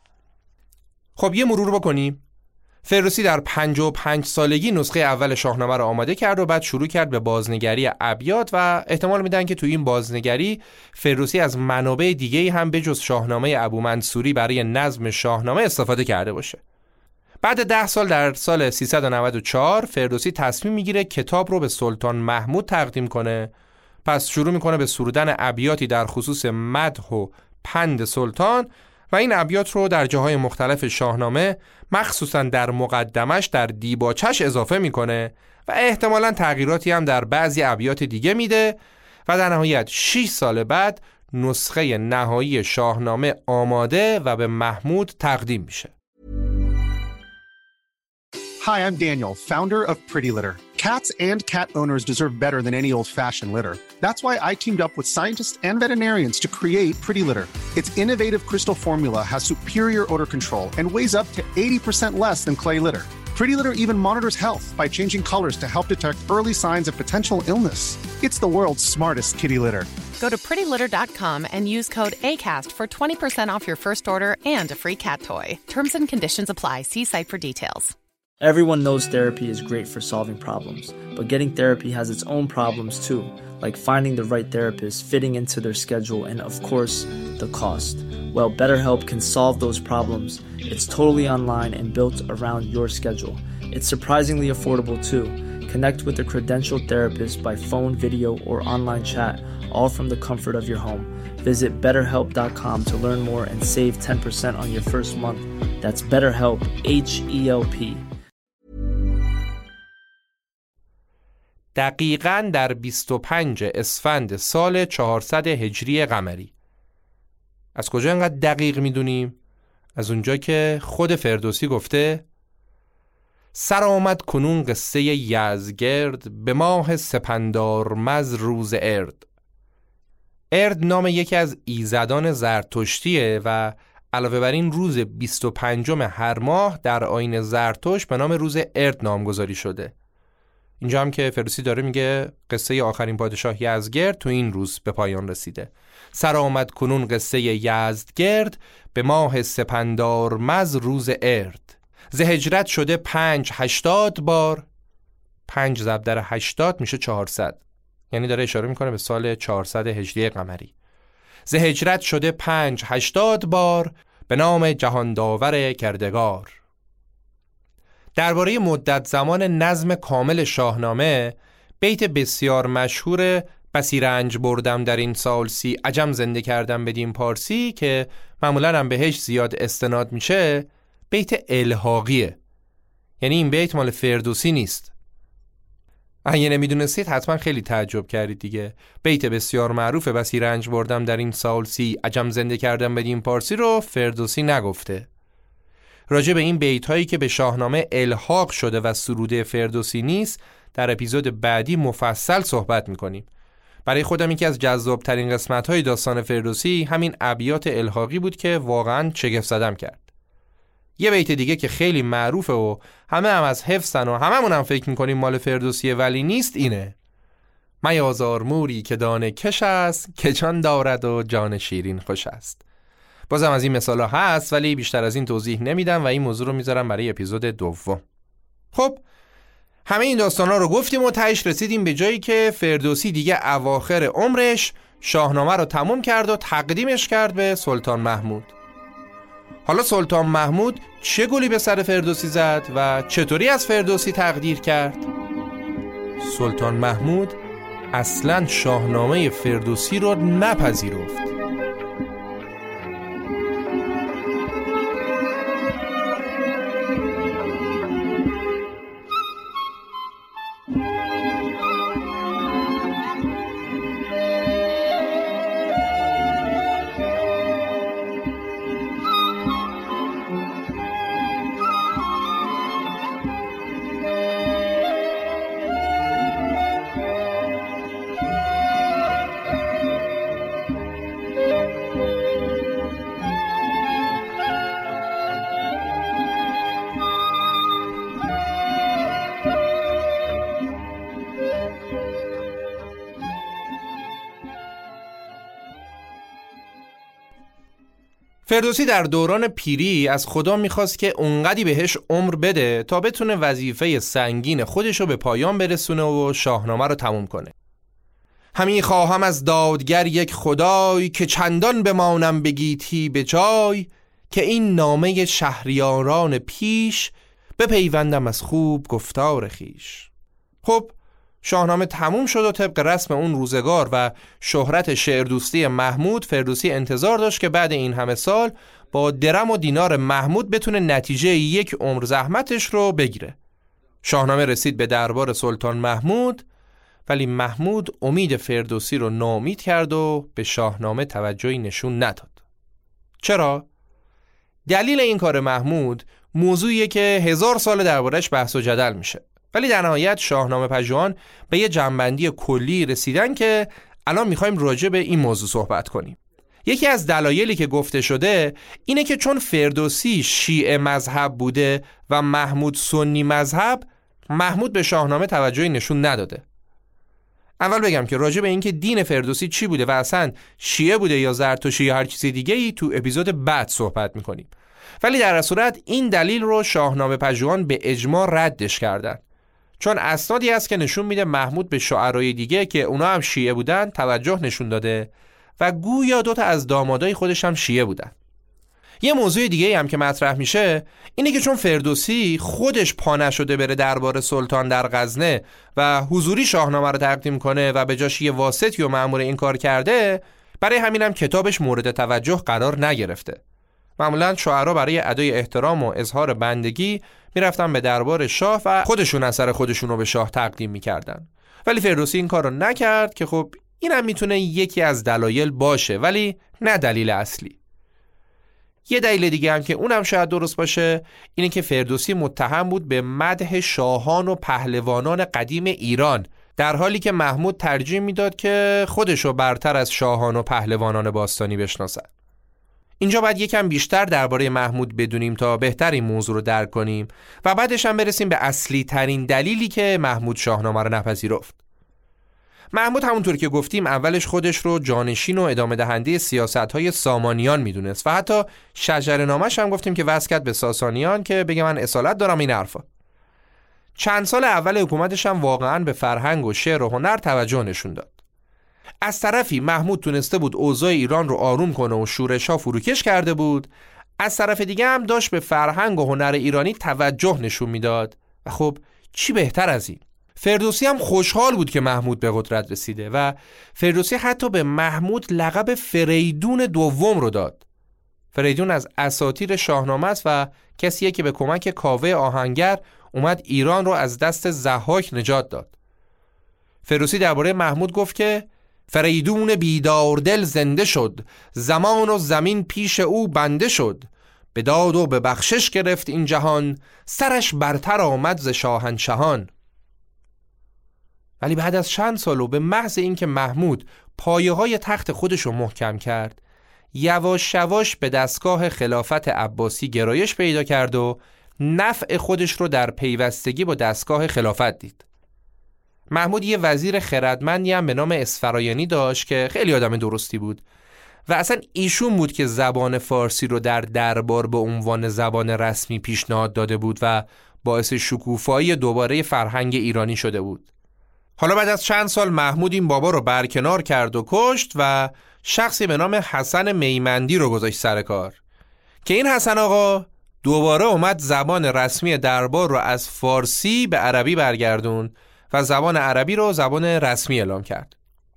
[SPEAKER 4] خب یه مرور بکنیم. فردوسی در پنجاه و پنج سالگی نسخه اول شاهنامه رو آماده کرد و بعد شروع کرد به بازنگری ابیات و احتمال میدن که تو این بازنگری فردوسی از منابع دیگه‌ای هم به جز شاهنامه ابومنصوری برای نظم شاهنامه استفاده کرده باشه. بعد ده سال در سال سیصد و نود و چهار فردوسی تصمیم میگیره کتاب رو به سلطان محمود تقدیم کنه. پس شروع میکنه به سرودن ابیاتی در خصوص مدح و پند سلطان و این ابیات رو در جاهای مختلف شاهنامه مخصوصا در مقدمش در دیباچش اضافه میکنه و احتمالاً تغییراتی هم در بعضی ابیات دیگه میده و در نهایت شش سال بعد نسخه نهایی شاهنامه آماده و به محمود تقدیم میشه.
[SPEAKER 5] Hi, I'm Daniel, founder of Pretty Litter. Cats and cat owners deserve better than any old-fashioned litter. That's why I teamed up with scientists and veterinarians to create Pretty Litter. Its innovative crystal formula has superior odor control and weighs up to eighty percent less than clay litter. Pretty Litter even monitors health by changing colors to help detect early signs of potential illness. It's the world's smartest kitty litter.
[SPEAKER 6] Go to pretty litter dot com and use code ACAST for twenty percent off your first order and a free cat toy. Terms and conditions apply. See site for details.
[SPEAKER 1] Everyone knows therapy is great for solving problems, but getting therapy has its own problems too, like finding the right therapist, fitting into their schedule, and of course, the cost. Well, BetterHelp can solve those problems. It's totally online and built around your schedule. It's surprisingly affordable too. Connect with a credentialed therapist by phone, video, or online chat, all from the comfort of your home. Visit better help dot com to learn more and save ten percent on your first month. That's BetterHelp, H E L P.
[SPEAKER 4] دقیقاً در بیست و پنجم اسفند سال چهارصد هجری قمری. از کجا اینقدر دقیق میدونیم؟ از اونجا که خود فردوسی گفته سر آمد کنون قصه یزگرد به ماه سپندارمز روز ارد. ارد نام یکی از ایزدان زرتشتیه و علاوه بر این روز بیست و پنجم هر ماه در آیین زرتشت به نام روز ارد نامگذاری شده. اینجا هم که فردوسی داره میگه قصه آخرین پادشاه یزدگرد تو این روز به پایان رسیده. سر آمد کنون قصه یزدگرد به ماه سپندارمز روز ارد. ز هجرت شده پنج هشتاد بار. پنج ضرب در هشتاد میشه چهارصد. یعنی داره اشاره میکنه به سال چهارصد هجری قمری. ز هجرت شده پنج هشتاد بار به نام جهان داور کردگار. درباره مدت زمان نظم کامل شاهنامه بیت بسیار مشهور بسی رنج بردم در این سال سی عجم زنده کردم بدین پارسی که معمولاً هم بهش زیاد استناد میشه بیت الحاقیه. یعنی این بیت مال فردوسی نیست. اگه نمیدونستید حتما خیلی تعجب کردید دیگه. بیت بسیار معروف بسی رنج بردم در این سال سی عجم زنده کردم بدین پارسی رو فردوسی نگفته. راجع به این بیت هایی که به شاهنامه الحاق شده و سروده فردوسی نیست در اپیزود بعدی مفصل صحبت میکنیم. برای خودم یکی از جذاب ترین قسمت های داستان فردوسی همین ابیات الحاقی بود که واقعا شگفت زدم کرد. یه بیت دیگه که خیلی معروفه و همه هم از حفظن و هممون هم فکر میکنیم مال فردوسیه ولی نیست اینه: میازار موری که دانه کش است که جان دارد و جان شیرین خوش است. بازم از این مثالا هست ولی بیشتر از این توضیح نمیدم و این موضوع رو میذارم برای اپیزود دوم. خب همه این داستانا رو گفتیم و تهش رسیدیم به جایی که فردوسی دیگه اواخر عمرش شاهنامه رو تموم کرد و تقدیمش کرد به سلطان محمود. حالا سلطان محمود چه گلی به سر فردوسی زد و چطوری از فردوسی تقدیر کرد؟ سلطان محمود اصلاً شاهنامه فردوسی رو نپذیرفت. فردوسی در دوران پیری از خدا میخواست که اونقدی بهش عمر بده تا بتونه وظیفه سنگین خودشو به پایان برسونه و شاهنامه رو تموم کنه. همی خواهم از دادگر یک خدای که چندان بمانم بگیتی به جای که این نامه شهریاران پیش بپیوندم از خوب گفتار خیش. خب شاهنامه تموم شد و طبق رسم اون روزگار و شهرت شعر دوستی محمود فردوسی انتظار داشت که بعد این همه سال با درم و دینار محمود بتونه نتیجه یک عمر زحمتش رو بگیره. شاهنامه رسید به دربار سلطان محمود ولی محمود امید فردوسی رو ناامید کرد و به شاهنامه توجهی نشون نداد. چرا؟ دلیل این کار محمود موضوعیه که هزار سال دربارش بحث و جدل میشه، ولی در نهایت شاهنامه پژوهان به یه جنبندی کلی رسیدن که الان میخوایم راجع به این موضوع صحبت کنیم. یکی از دلایلی که گفته شده اینه که چون فردوسی شیعه مذهب بوده و محمود سنی مذهب، محمود به شاهنامه توجهی نشون نداده. اول بگم که راجع به اینکه دین فردوسی چی بوده و اصلا شیعه بوده یا زرتشتی یا هر چیز دیگه ای تو اپیزود بعد صحبت میکنیم، ولی در صورت این دلیل رو شاهنامه پژوهان به اجماع ردش کردن، چون اسنادی هست که نشون میده محمود به شاعرای دیگه که اونا هم شیعه بودن توجه نشون داده و گویا دوتا از دامادای خودش هم شیعه بودن. یه موضوع دیگه هم که مطرح میشه اینه که چون فردوسی خودش پا نشده بره دربار سلطان در غزنه و حضوری شاهنامه رو تقدیم کنه و به جاش یه واسطی و مأمور این کار کرده، برای همین هم کتابش مورد توجه قرار نگرفته. معمولا شاعرها برای ادای احترام و اظهار بندگی میرفتن به دربار شاه و خودشون اثر خودشون رو به شاه تقدیم میکردن، ولی فردوسی این کار رو نکرد که خب اینم میتونه یکی از دلایل باشه، ولی نه دلیل اصلی. یه دلیل دیگه هم که اونم شاید درست باشه اینه که فردوسی متهم بود به مدح شاهان و پهلوانان قدیم ایران، در حالی که محمود ترجیح میداد که خودشو برتر از شاهان و پهلوانان باستانی بشناسد. اینجا باید یکم بیشتر درباره محمود بدونیم تا بهتر این موضوع رو درک کنیم و بعدش هم برسیم به اصلی ترین دلیلی که محمود شاهنامه رو نپذیرفت. محمود همونطور که گفتیم اولش خودش رو جانشین و ادامه دهنده سیاست‌های سامانیان میدونست و حتی شجره‌نامه‌اش هم گفتیم که وصل کرد به ساسانیان که بگه من اصالت دارم این حرفا. چند سال اول حکومتش هم واقعاً به فرهنگ و شعر و هنر توجه نشون داد. از طرفی محمود تونسته بود اوضاع ایران رو آروم کنه و شورش‌ها فروکش کرده بود، از طرف دیگه هم داشت به فرهنگ و هنر ایرانی توجه نشون میداد و خب چی بهتر از این؟ فردوسی هم خوشحال بود که محمود به قدرت رسیده و فردوسی حتی به محمود لقب فریدون دوم رو داد. فریدون از اساطیر شاهنامه است و کسیه که به کمک کاوه آهنگر اومد ایران رو از دست ضحاک نجات داد. فردوسی درباره محمود گفت که فریدون بیدار دل زنده شد، زمان و زمین پیش او بنده شد، به داد و به بخشش گرفت این جهان، سرش برتر آمد ز شاهنشهان. ولی بعد از چند سال و به محض اینکه محمود پایه های تخت خودش رو محکم کرد، یواش یواش به دستگاه خلافت عباسی گرایش پیدا کرد و نفع خودش رو در پیوستگی با دستگاه خلافت دید. محمود یه وزیر خردمندی هم به نام اسفرایانی داشت که خیلی آدم درستی بود و اصلا ایشون بود که زبان فارسی رو در دربار به عنوان زبان رسمی پیشنهاد داده بود و باعث شکوفایی دوباره فرهنگ ایرانی شده بود. حالا بعد از چند سال محمود این بابا رو برکنار کرد و کشت و شخصی به نام حسن میمندی رو گذاشت سر کار که این حسن آقا دوباره اومد زبان رسمی دربار رو از فارسی به عربی برگردون و زبان عربی رو زبان رسمی اعلام کرد.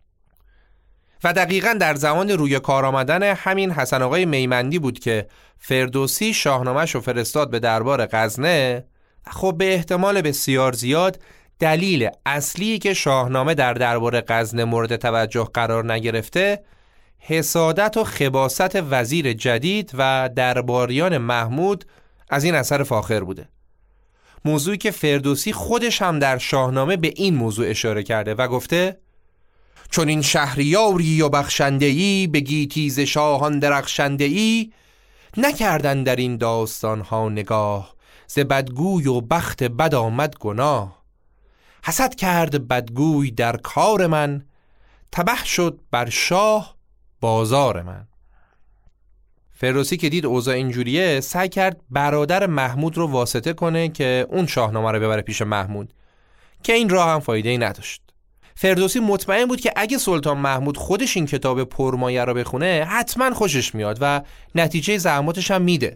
[SPEAKER 4] و دقیقاً در زمان روی کار آمدن همین حسن آقای میمندی بود که فردوسی شاهنامه‌شو فرستاد به دربار غزنه. خب به احتمال بسیار زیاد دلیل اصلی که شاهنامه در دربار غزنه مورد توجه قرار نگرفته حسادت و خباثت وزیر جدید و درباریان محمود از این اثر فاخر بوده. موضوعی که فردوسی خودش هم در شاهنامه به این موضوع اشاره کرده و گفته چون این شهریاری و بخشنده‌ای به گیتی ز شاهان درخشنده‌ای نکردن در این داستان ها نگاه ز بدگوی و بخت بد آمد گناه حسد کرد بدگوی در کار من تبه شد بر شاه بازار من. فردوسی که دید اوضاع اینجوریه سعی کرد برادر محمود رو واسطه کنه که اون شاهنامه رو ببره پیش محمود که این راه هم فایده ای نداشت. فردوسی مطمئن بود که اگه سلطان محمود خودش این کتاب پرمایه رو بخونه حتما خوشش میاد و نتیجه زحماتش هم میده.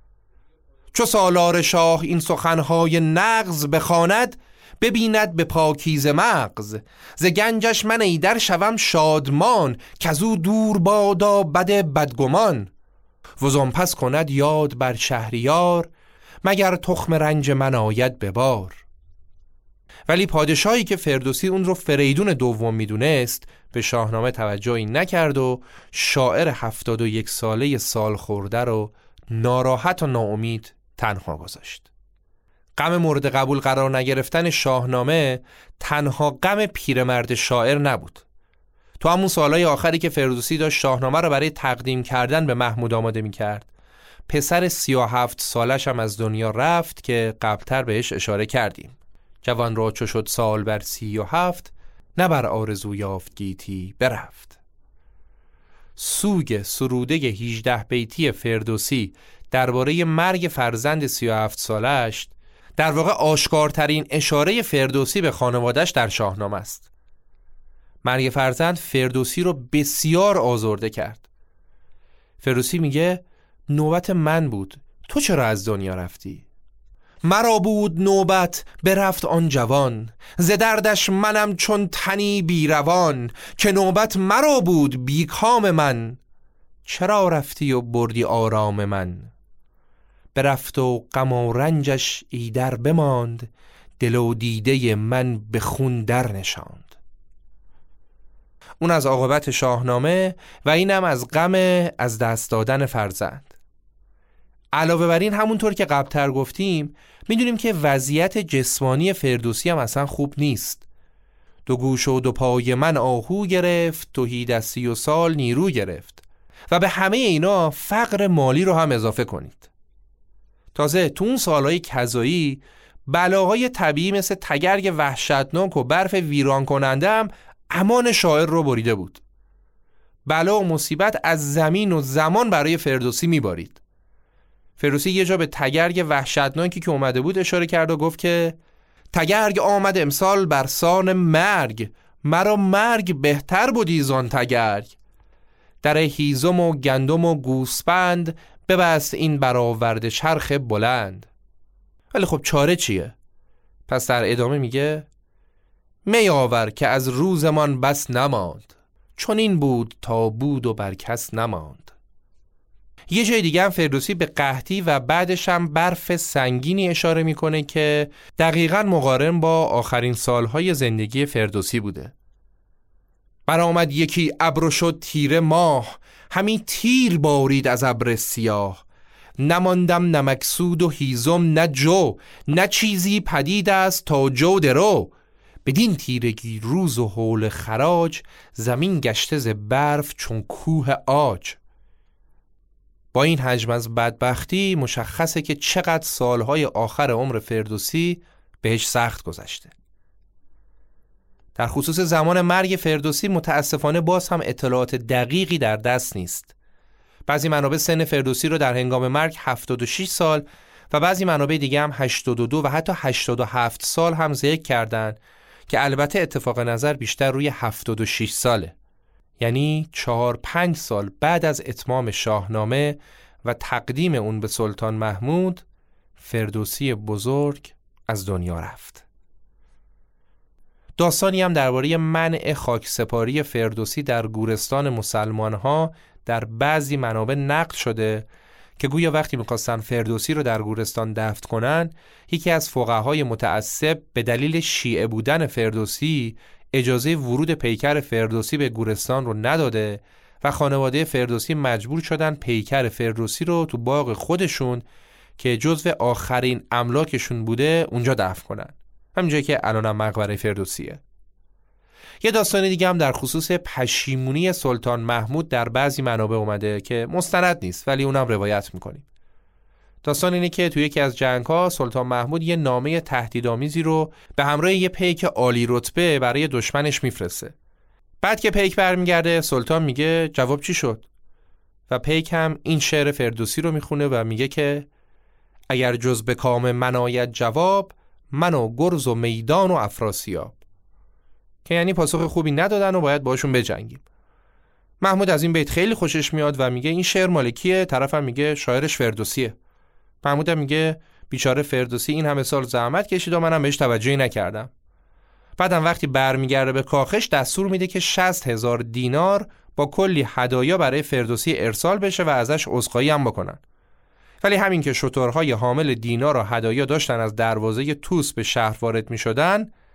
[SPEAKER 4] چو سالار شاه این سخنهای نغز بخواند ببیند به پاکیزه مغز ز گنجش من ایدر شوم شادمان کزو دور بادا بد بدگمان وزان پس کند یاد بر شهریار مگر تخم رنج من آید به بار. ولی پادشاهی که فردوسی اون رو فریدون دوم میدونست به شاهنامه توجهی نکرد و شاعر هفتاد و یک ساله سال خورده رو ناراحت و ناامید تنها گذاشت. غم مورد قبول قرار نگرفتن شاهنامه تنها غم پیرمرد شاعر نبود. تو همون سالهای آخری که فردوسی داشت شاهنامه رو برای تقدیم کردن به محمود آماده میکرد، پسر سی و هفت سالش هم از دنیا رفت که قبلتر بهش اشاره کردیم. جوان را چو شد سال بر سی و هفت، نه بر آرزو یافت گیتی برفت. سوگ سروده هجده بیتی فردوسی درباره مرگ فرزند سی و هفت سالش در واقع آشکارترین اشاره فردوسی به خانواده‌اش در شاهنامه است. مرگ فرزند فردوسی رو بسیار آزرده کرد. فردوسی میگه نوبت من بود، تو چرا از دنیا رفتی؟ مرا بود نوبت برفت آن جوان، ز دردش منم چون تنی بیروان. که نوبت مرا بود بیکام من، چرا رفتی و بردی آرام من. برفت و غم و رنجش ایدر بماند، دل و دیده من به خون در نشاند. اون از عاقبت شاهنامه و اینم از غم از دست دادن فرزند. علاوه بر این همونطور که قبلتر گفتیم میدونیم که وضعیت جسمانی فردوسی هم اصلا خوب نیست. دو گوش و دو پای من آهو گرفت، تهی دستی و سال نیرو گرفت. و به همه اینا فقر مالی رو هم اضافه کنید. تازه تو اون سالهای کذایی بلاهای طبیعی مثل تگرگ وحشتناک و برف ویران کننده هم امان شاعر رو بریده بود. بلا و مصیبت از زمین و زمان برای فردوسی میبارید. فردوسی یه جا به تگرگ وحشتناکی که اومده بود اشاره کرد و گفت که تگرگ آمد امسال بر سان مرگ، مرا مرگ بهتر بودی زان تگرگ. در هیزم و گندم و گوسپند، ببست این برآورده چرخ بلند. ولی خب چاره چیه؟ پس در ادامه میگه می آور که از روزمان بس نماند، چون این بود تا بود و بر کس نماند. یه جای دیگه هم فردوسی به قحطی و بعدش هم برف سنگینی اشاره میکنه که دقیقاً مقارن با آخرین سالهای زندگی فردوسی بوده. برآمد یکی ابر و شد تیره ماه، همی تیر بارید از ابر سیاه. نماندم نمکسود و هیزم نه جو، نه چیزی پدید است تا جو درو. بدین تیرگی روز و حول خراج، زمین گشته ز برف چون کوه عاج. با این حجم از بدبختی مشخصه که چقدر سالهای آخر عمر فردوسی بهش سخت گذشته. در خصوص زمان مرگ فردوسی متاسفانه باز هم اطلاعات دقیقی در دست نیست. بعضی منابع سن فردوسی رو در هنگام مرگ هفتاد و شش سال و بعضی منابع دیگه هم هشتاد و دو و حتی هشتاد و هفت سال هم ذکر کردن که البته اتفاق نظر بیشتر روی هفتاد و شش ساله. یعنی چهار پنج سال بعد از اتمام شاهنامه و تقدیم اون به سلطان محمود، فردوسی بزرگ از دنیا رفت. داستانی هم درباره منع خاکسپاری فردوسی در گورستان مسلمان‌ها در بعضی منابع نقل شده که گویا وقتی می‌خواستن فردوسی رو در گورستان دفن کنن، یکی از فقهای متعصب به دلیل شیعه بودن فردوسی اجازه ورود پیکر فردوسی به گورستان رو نداده و خانواده فردوسی مجبور شدن پیکر فردوسی رو تو باغ خودشون که جزو آخرین املاکشون بوده اونجا دفن کنن، همینجایی که الانم مقبره فردوسیه. یه داستان دیگه هم در خصوص پشیمونی سلطان محمود در بعضی منابع اومده که مستند نیست ولی اونم روایت میکنیم. داستان اینه که توی یکی از جنگ‌ها سلطان محمود یه نامه تهدیدآمیزی رو به همراه یه پیک عالی رتبه برای دشمنش میفرسته. بعد که پیک برمیگرده سلطان میگه جواب چی شد؟ و پیک هم این شعر فردوسی رو میخونه و میگه که اگر جز به کام من آید جواب، من و گرز و میدان و افراسیاب. که یعنی پاسخ خوبی ندادن و باید باشون بجنگیم. محمود از این بیت خیلی خوشش میاد و میگه این شعر مالکیه، طرفم میگه شاعرش فردوسیه. محمود هم میگه بیچاره فردوسی این همه سال زحمت کشید و منم بهش توجهی نکردم. بعدم وقتی برمیگرده به کاخش دستور میده که شصت هزار دینار با کلی هدایا برای فردوسی ارسال بشه و ازش عذرخواهی هم بکنن. ولی همین که شترهای حامل دینار و هدایا داشتن از دروازه طوس به شهر وارد میشدن،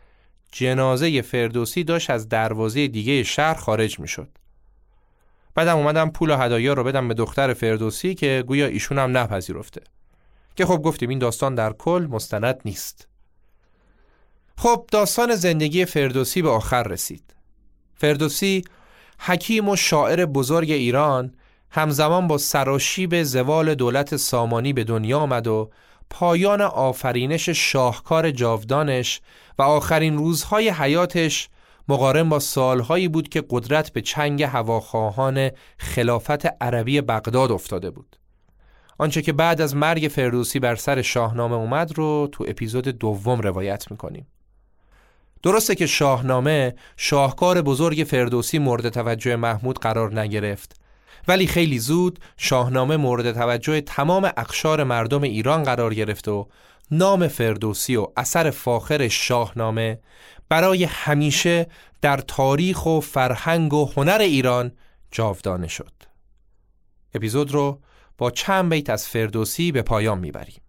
[SPEAKER 4] جنازه فردوسی داشت از دروازه دیگه شهر خارج می شد. بعدم اومدم پول و هدایا رو بدم به دختر فردوسی که گویا ایشون هم نپذیرفته. که خب گفتیم این داستان در کل مستند نیست. خب داستان زندگی فردوسی به آخر رسید. فردوسی حکیم و شاعر بزرگ ایران همزمان با سراشیب زوال دولت سامانی به دنیا آمد و پایان آفرینش شاهکار جاودانش و آخرین روزهای حیاتش مقارن با سالهایی بود که قدرت به چنگ هواخواهان خلافت عربی بغداد افتاده بود. آنچه که بعد از مرگ فردوسی بر سر شاهنامه اومد رو تو اپیزود دوم روایت میکنیم. درسته که شاهنامه شاهکار بزرگ فردوسی مورد توجه محمود قرار نگرفت، ولی خیلی زود شاهنامه مورد توجه تمام اقشار مردم ایران قرار گرفت و نام فردوسی و اثر فاخر شاهنامه برای همیشه در تاریخ و فرهنگ و هنر ایران جاودانه شد. اپیزود رو با چند بیت از فردوسی به پایان میبریم.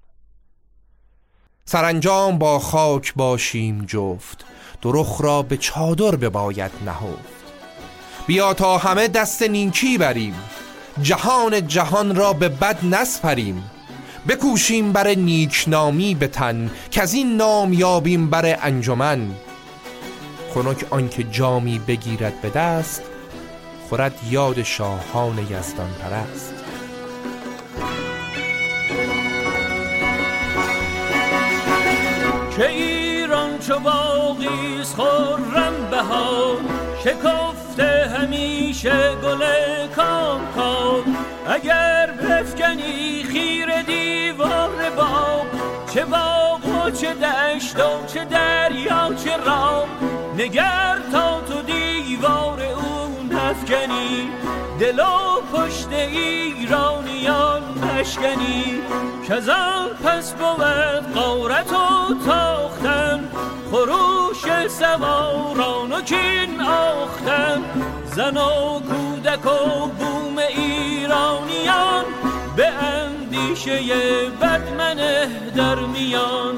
[SPEAKER 4] سرانجام با خاک باشیم جفت، درخ را به چادر بباید نهفت. بیا تا همه دست نیکی بریم، جهان جهان را به بد نسپریم. بکوشیم بر نیکنامی به تن، که از این نام یابیم بر انجمن. خنک آنکه جامی بگیرد به دست، خورد یاد شاهان یزدان پرست.
[SPEAKER 7] که ایران چو باغیست خرم بهار، شکفته همیشه گل کام کام. اگر بفکنی خیر دیوار باغ، چه باغ و چه دشت و چه دریا چه راه. نگر تا تو دیوار اون نفکنی، دل و پشت ایرانیان نشکنی. کزان پس بود غارت و تاختن، خروش سواران و کین آختن. زن و کودک و بوم ایرانیان، به اندیشه بد منه در میان.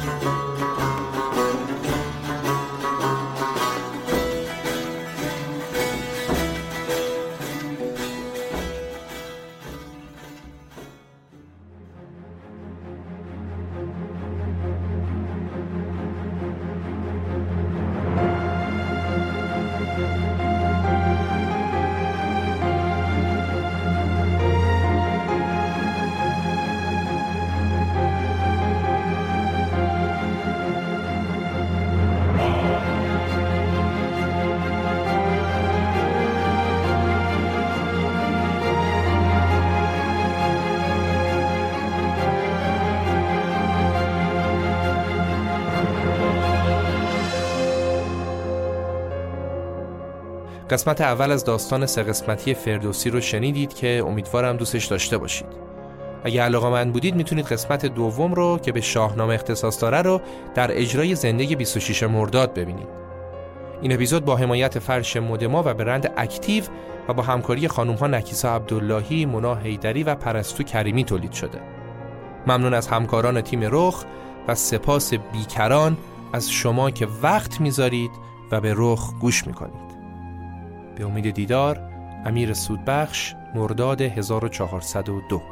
[SPEAKER 4] قسمت اول از داستان سه قسمتی فردوسی رو شنیدید که امیدوارم دوستش داشته باشید. اگه علاقه‌مند بودید میتونید قسمت دوم رو که به شاهنامه اختصاص داره رو در اجرای زنده بیست و شش مرداد ببینید. این اپیزود با حمایت فرش مدما و برند اکتیو و با همکاری خانم‌ها نکیسا عبداللهی، مونا حیدری و پرستو کریمی تولید شده. ممنون از همکاران تیم رخ و سپاس بیکران از شما که وقت میذارید و به رخ گوش میکنید. به امید دیدار. امیر سودبخش، مرداد هزار و چهارصد و دو.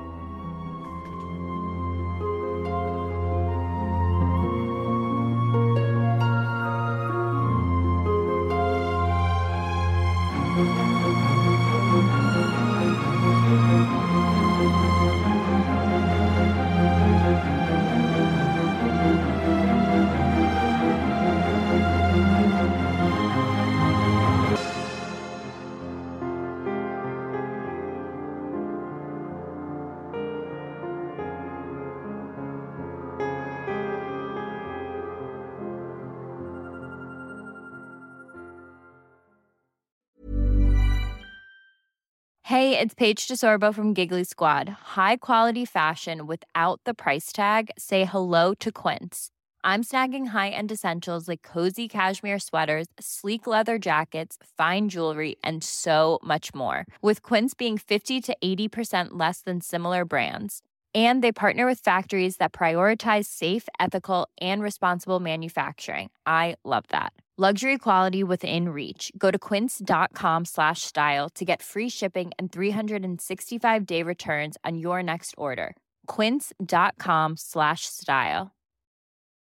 [SPEAKER 8] Hey, it's Paige DeSorbo from Giggly Squad. High quality fashion without the price tag. Say hello to Quince. I'm snagging high-end essentials like cozy cashmere sweaters, sleek leather jackets, fine jewelry, and so much more. With Quince being fifty to eighty percent less than similar brands. And they partner with factories that prioritize safe, ethical, and responsible manufacturing. I love that. Luxury quality within reach. Go to quince.com slash style to get free shipping and three sixty-five day returns on your next order. Quince.com slash style.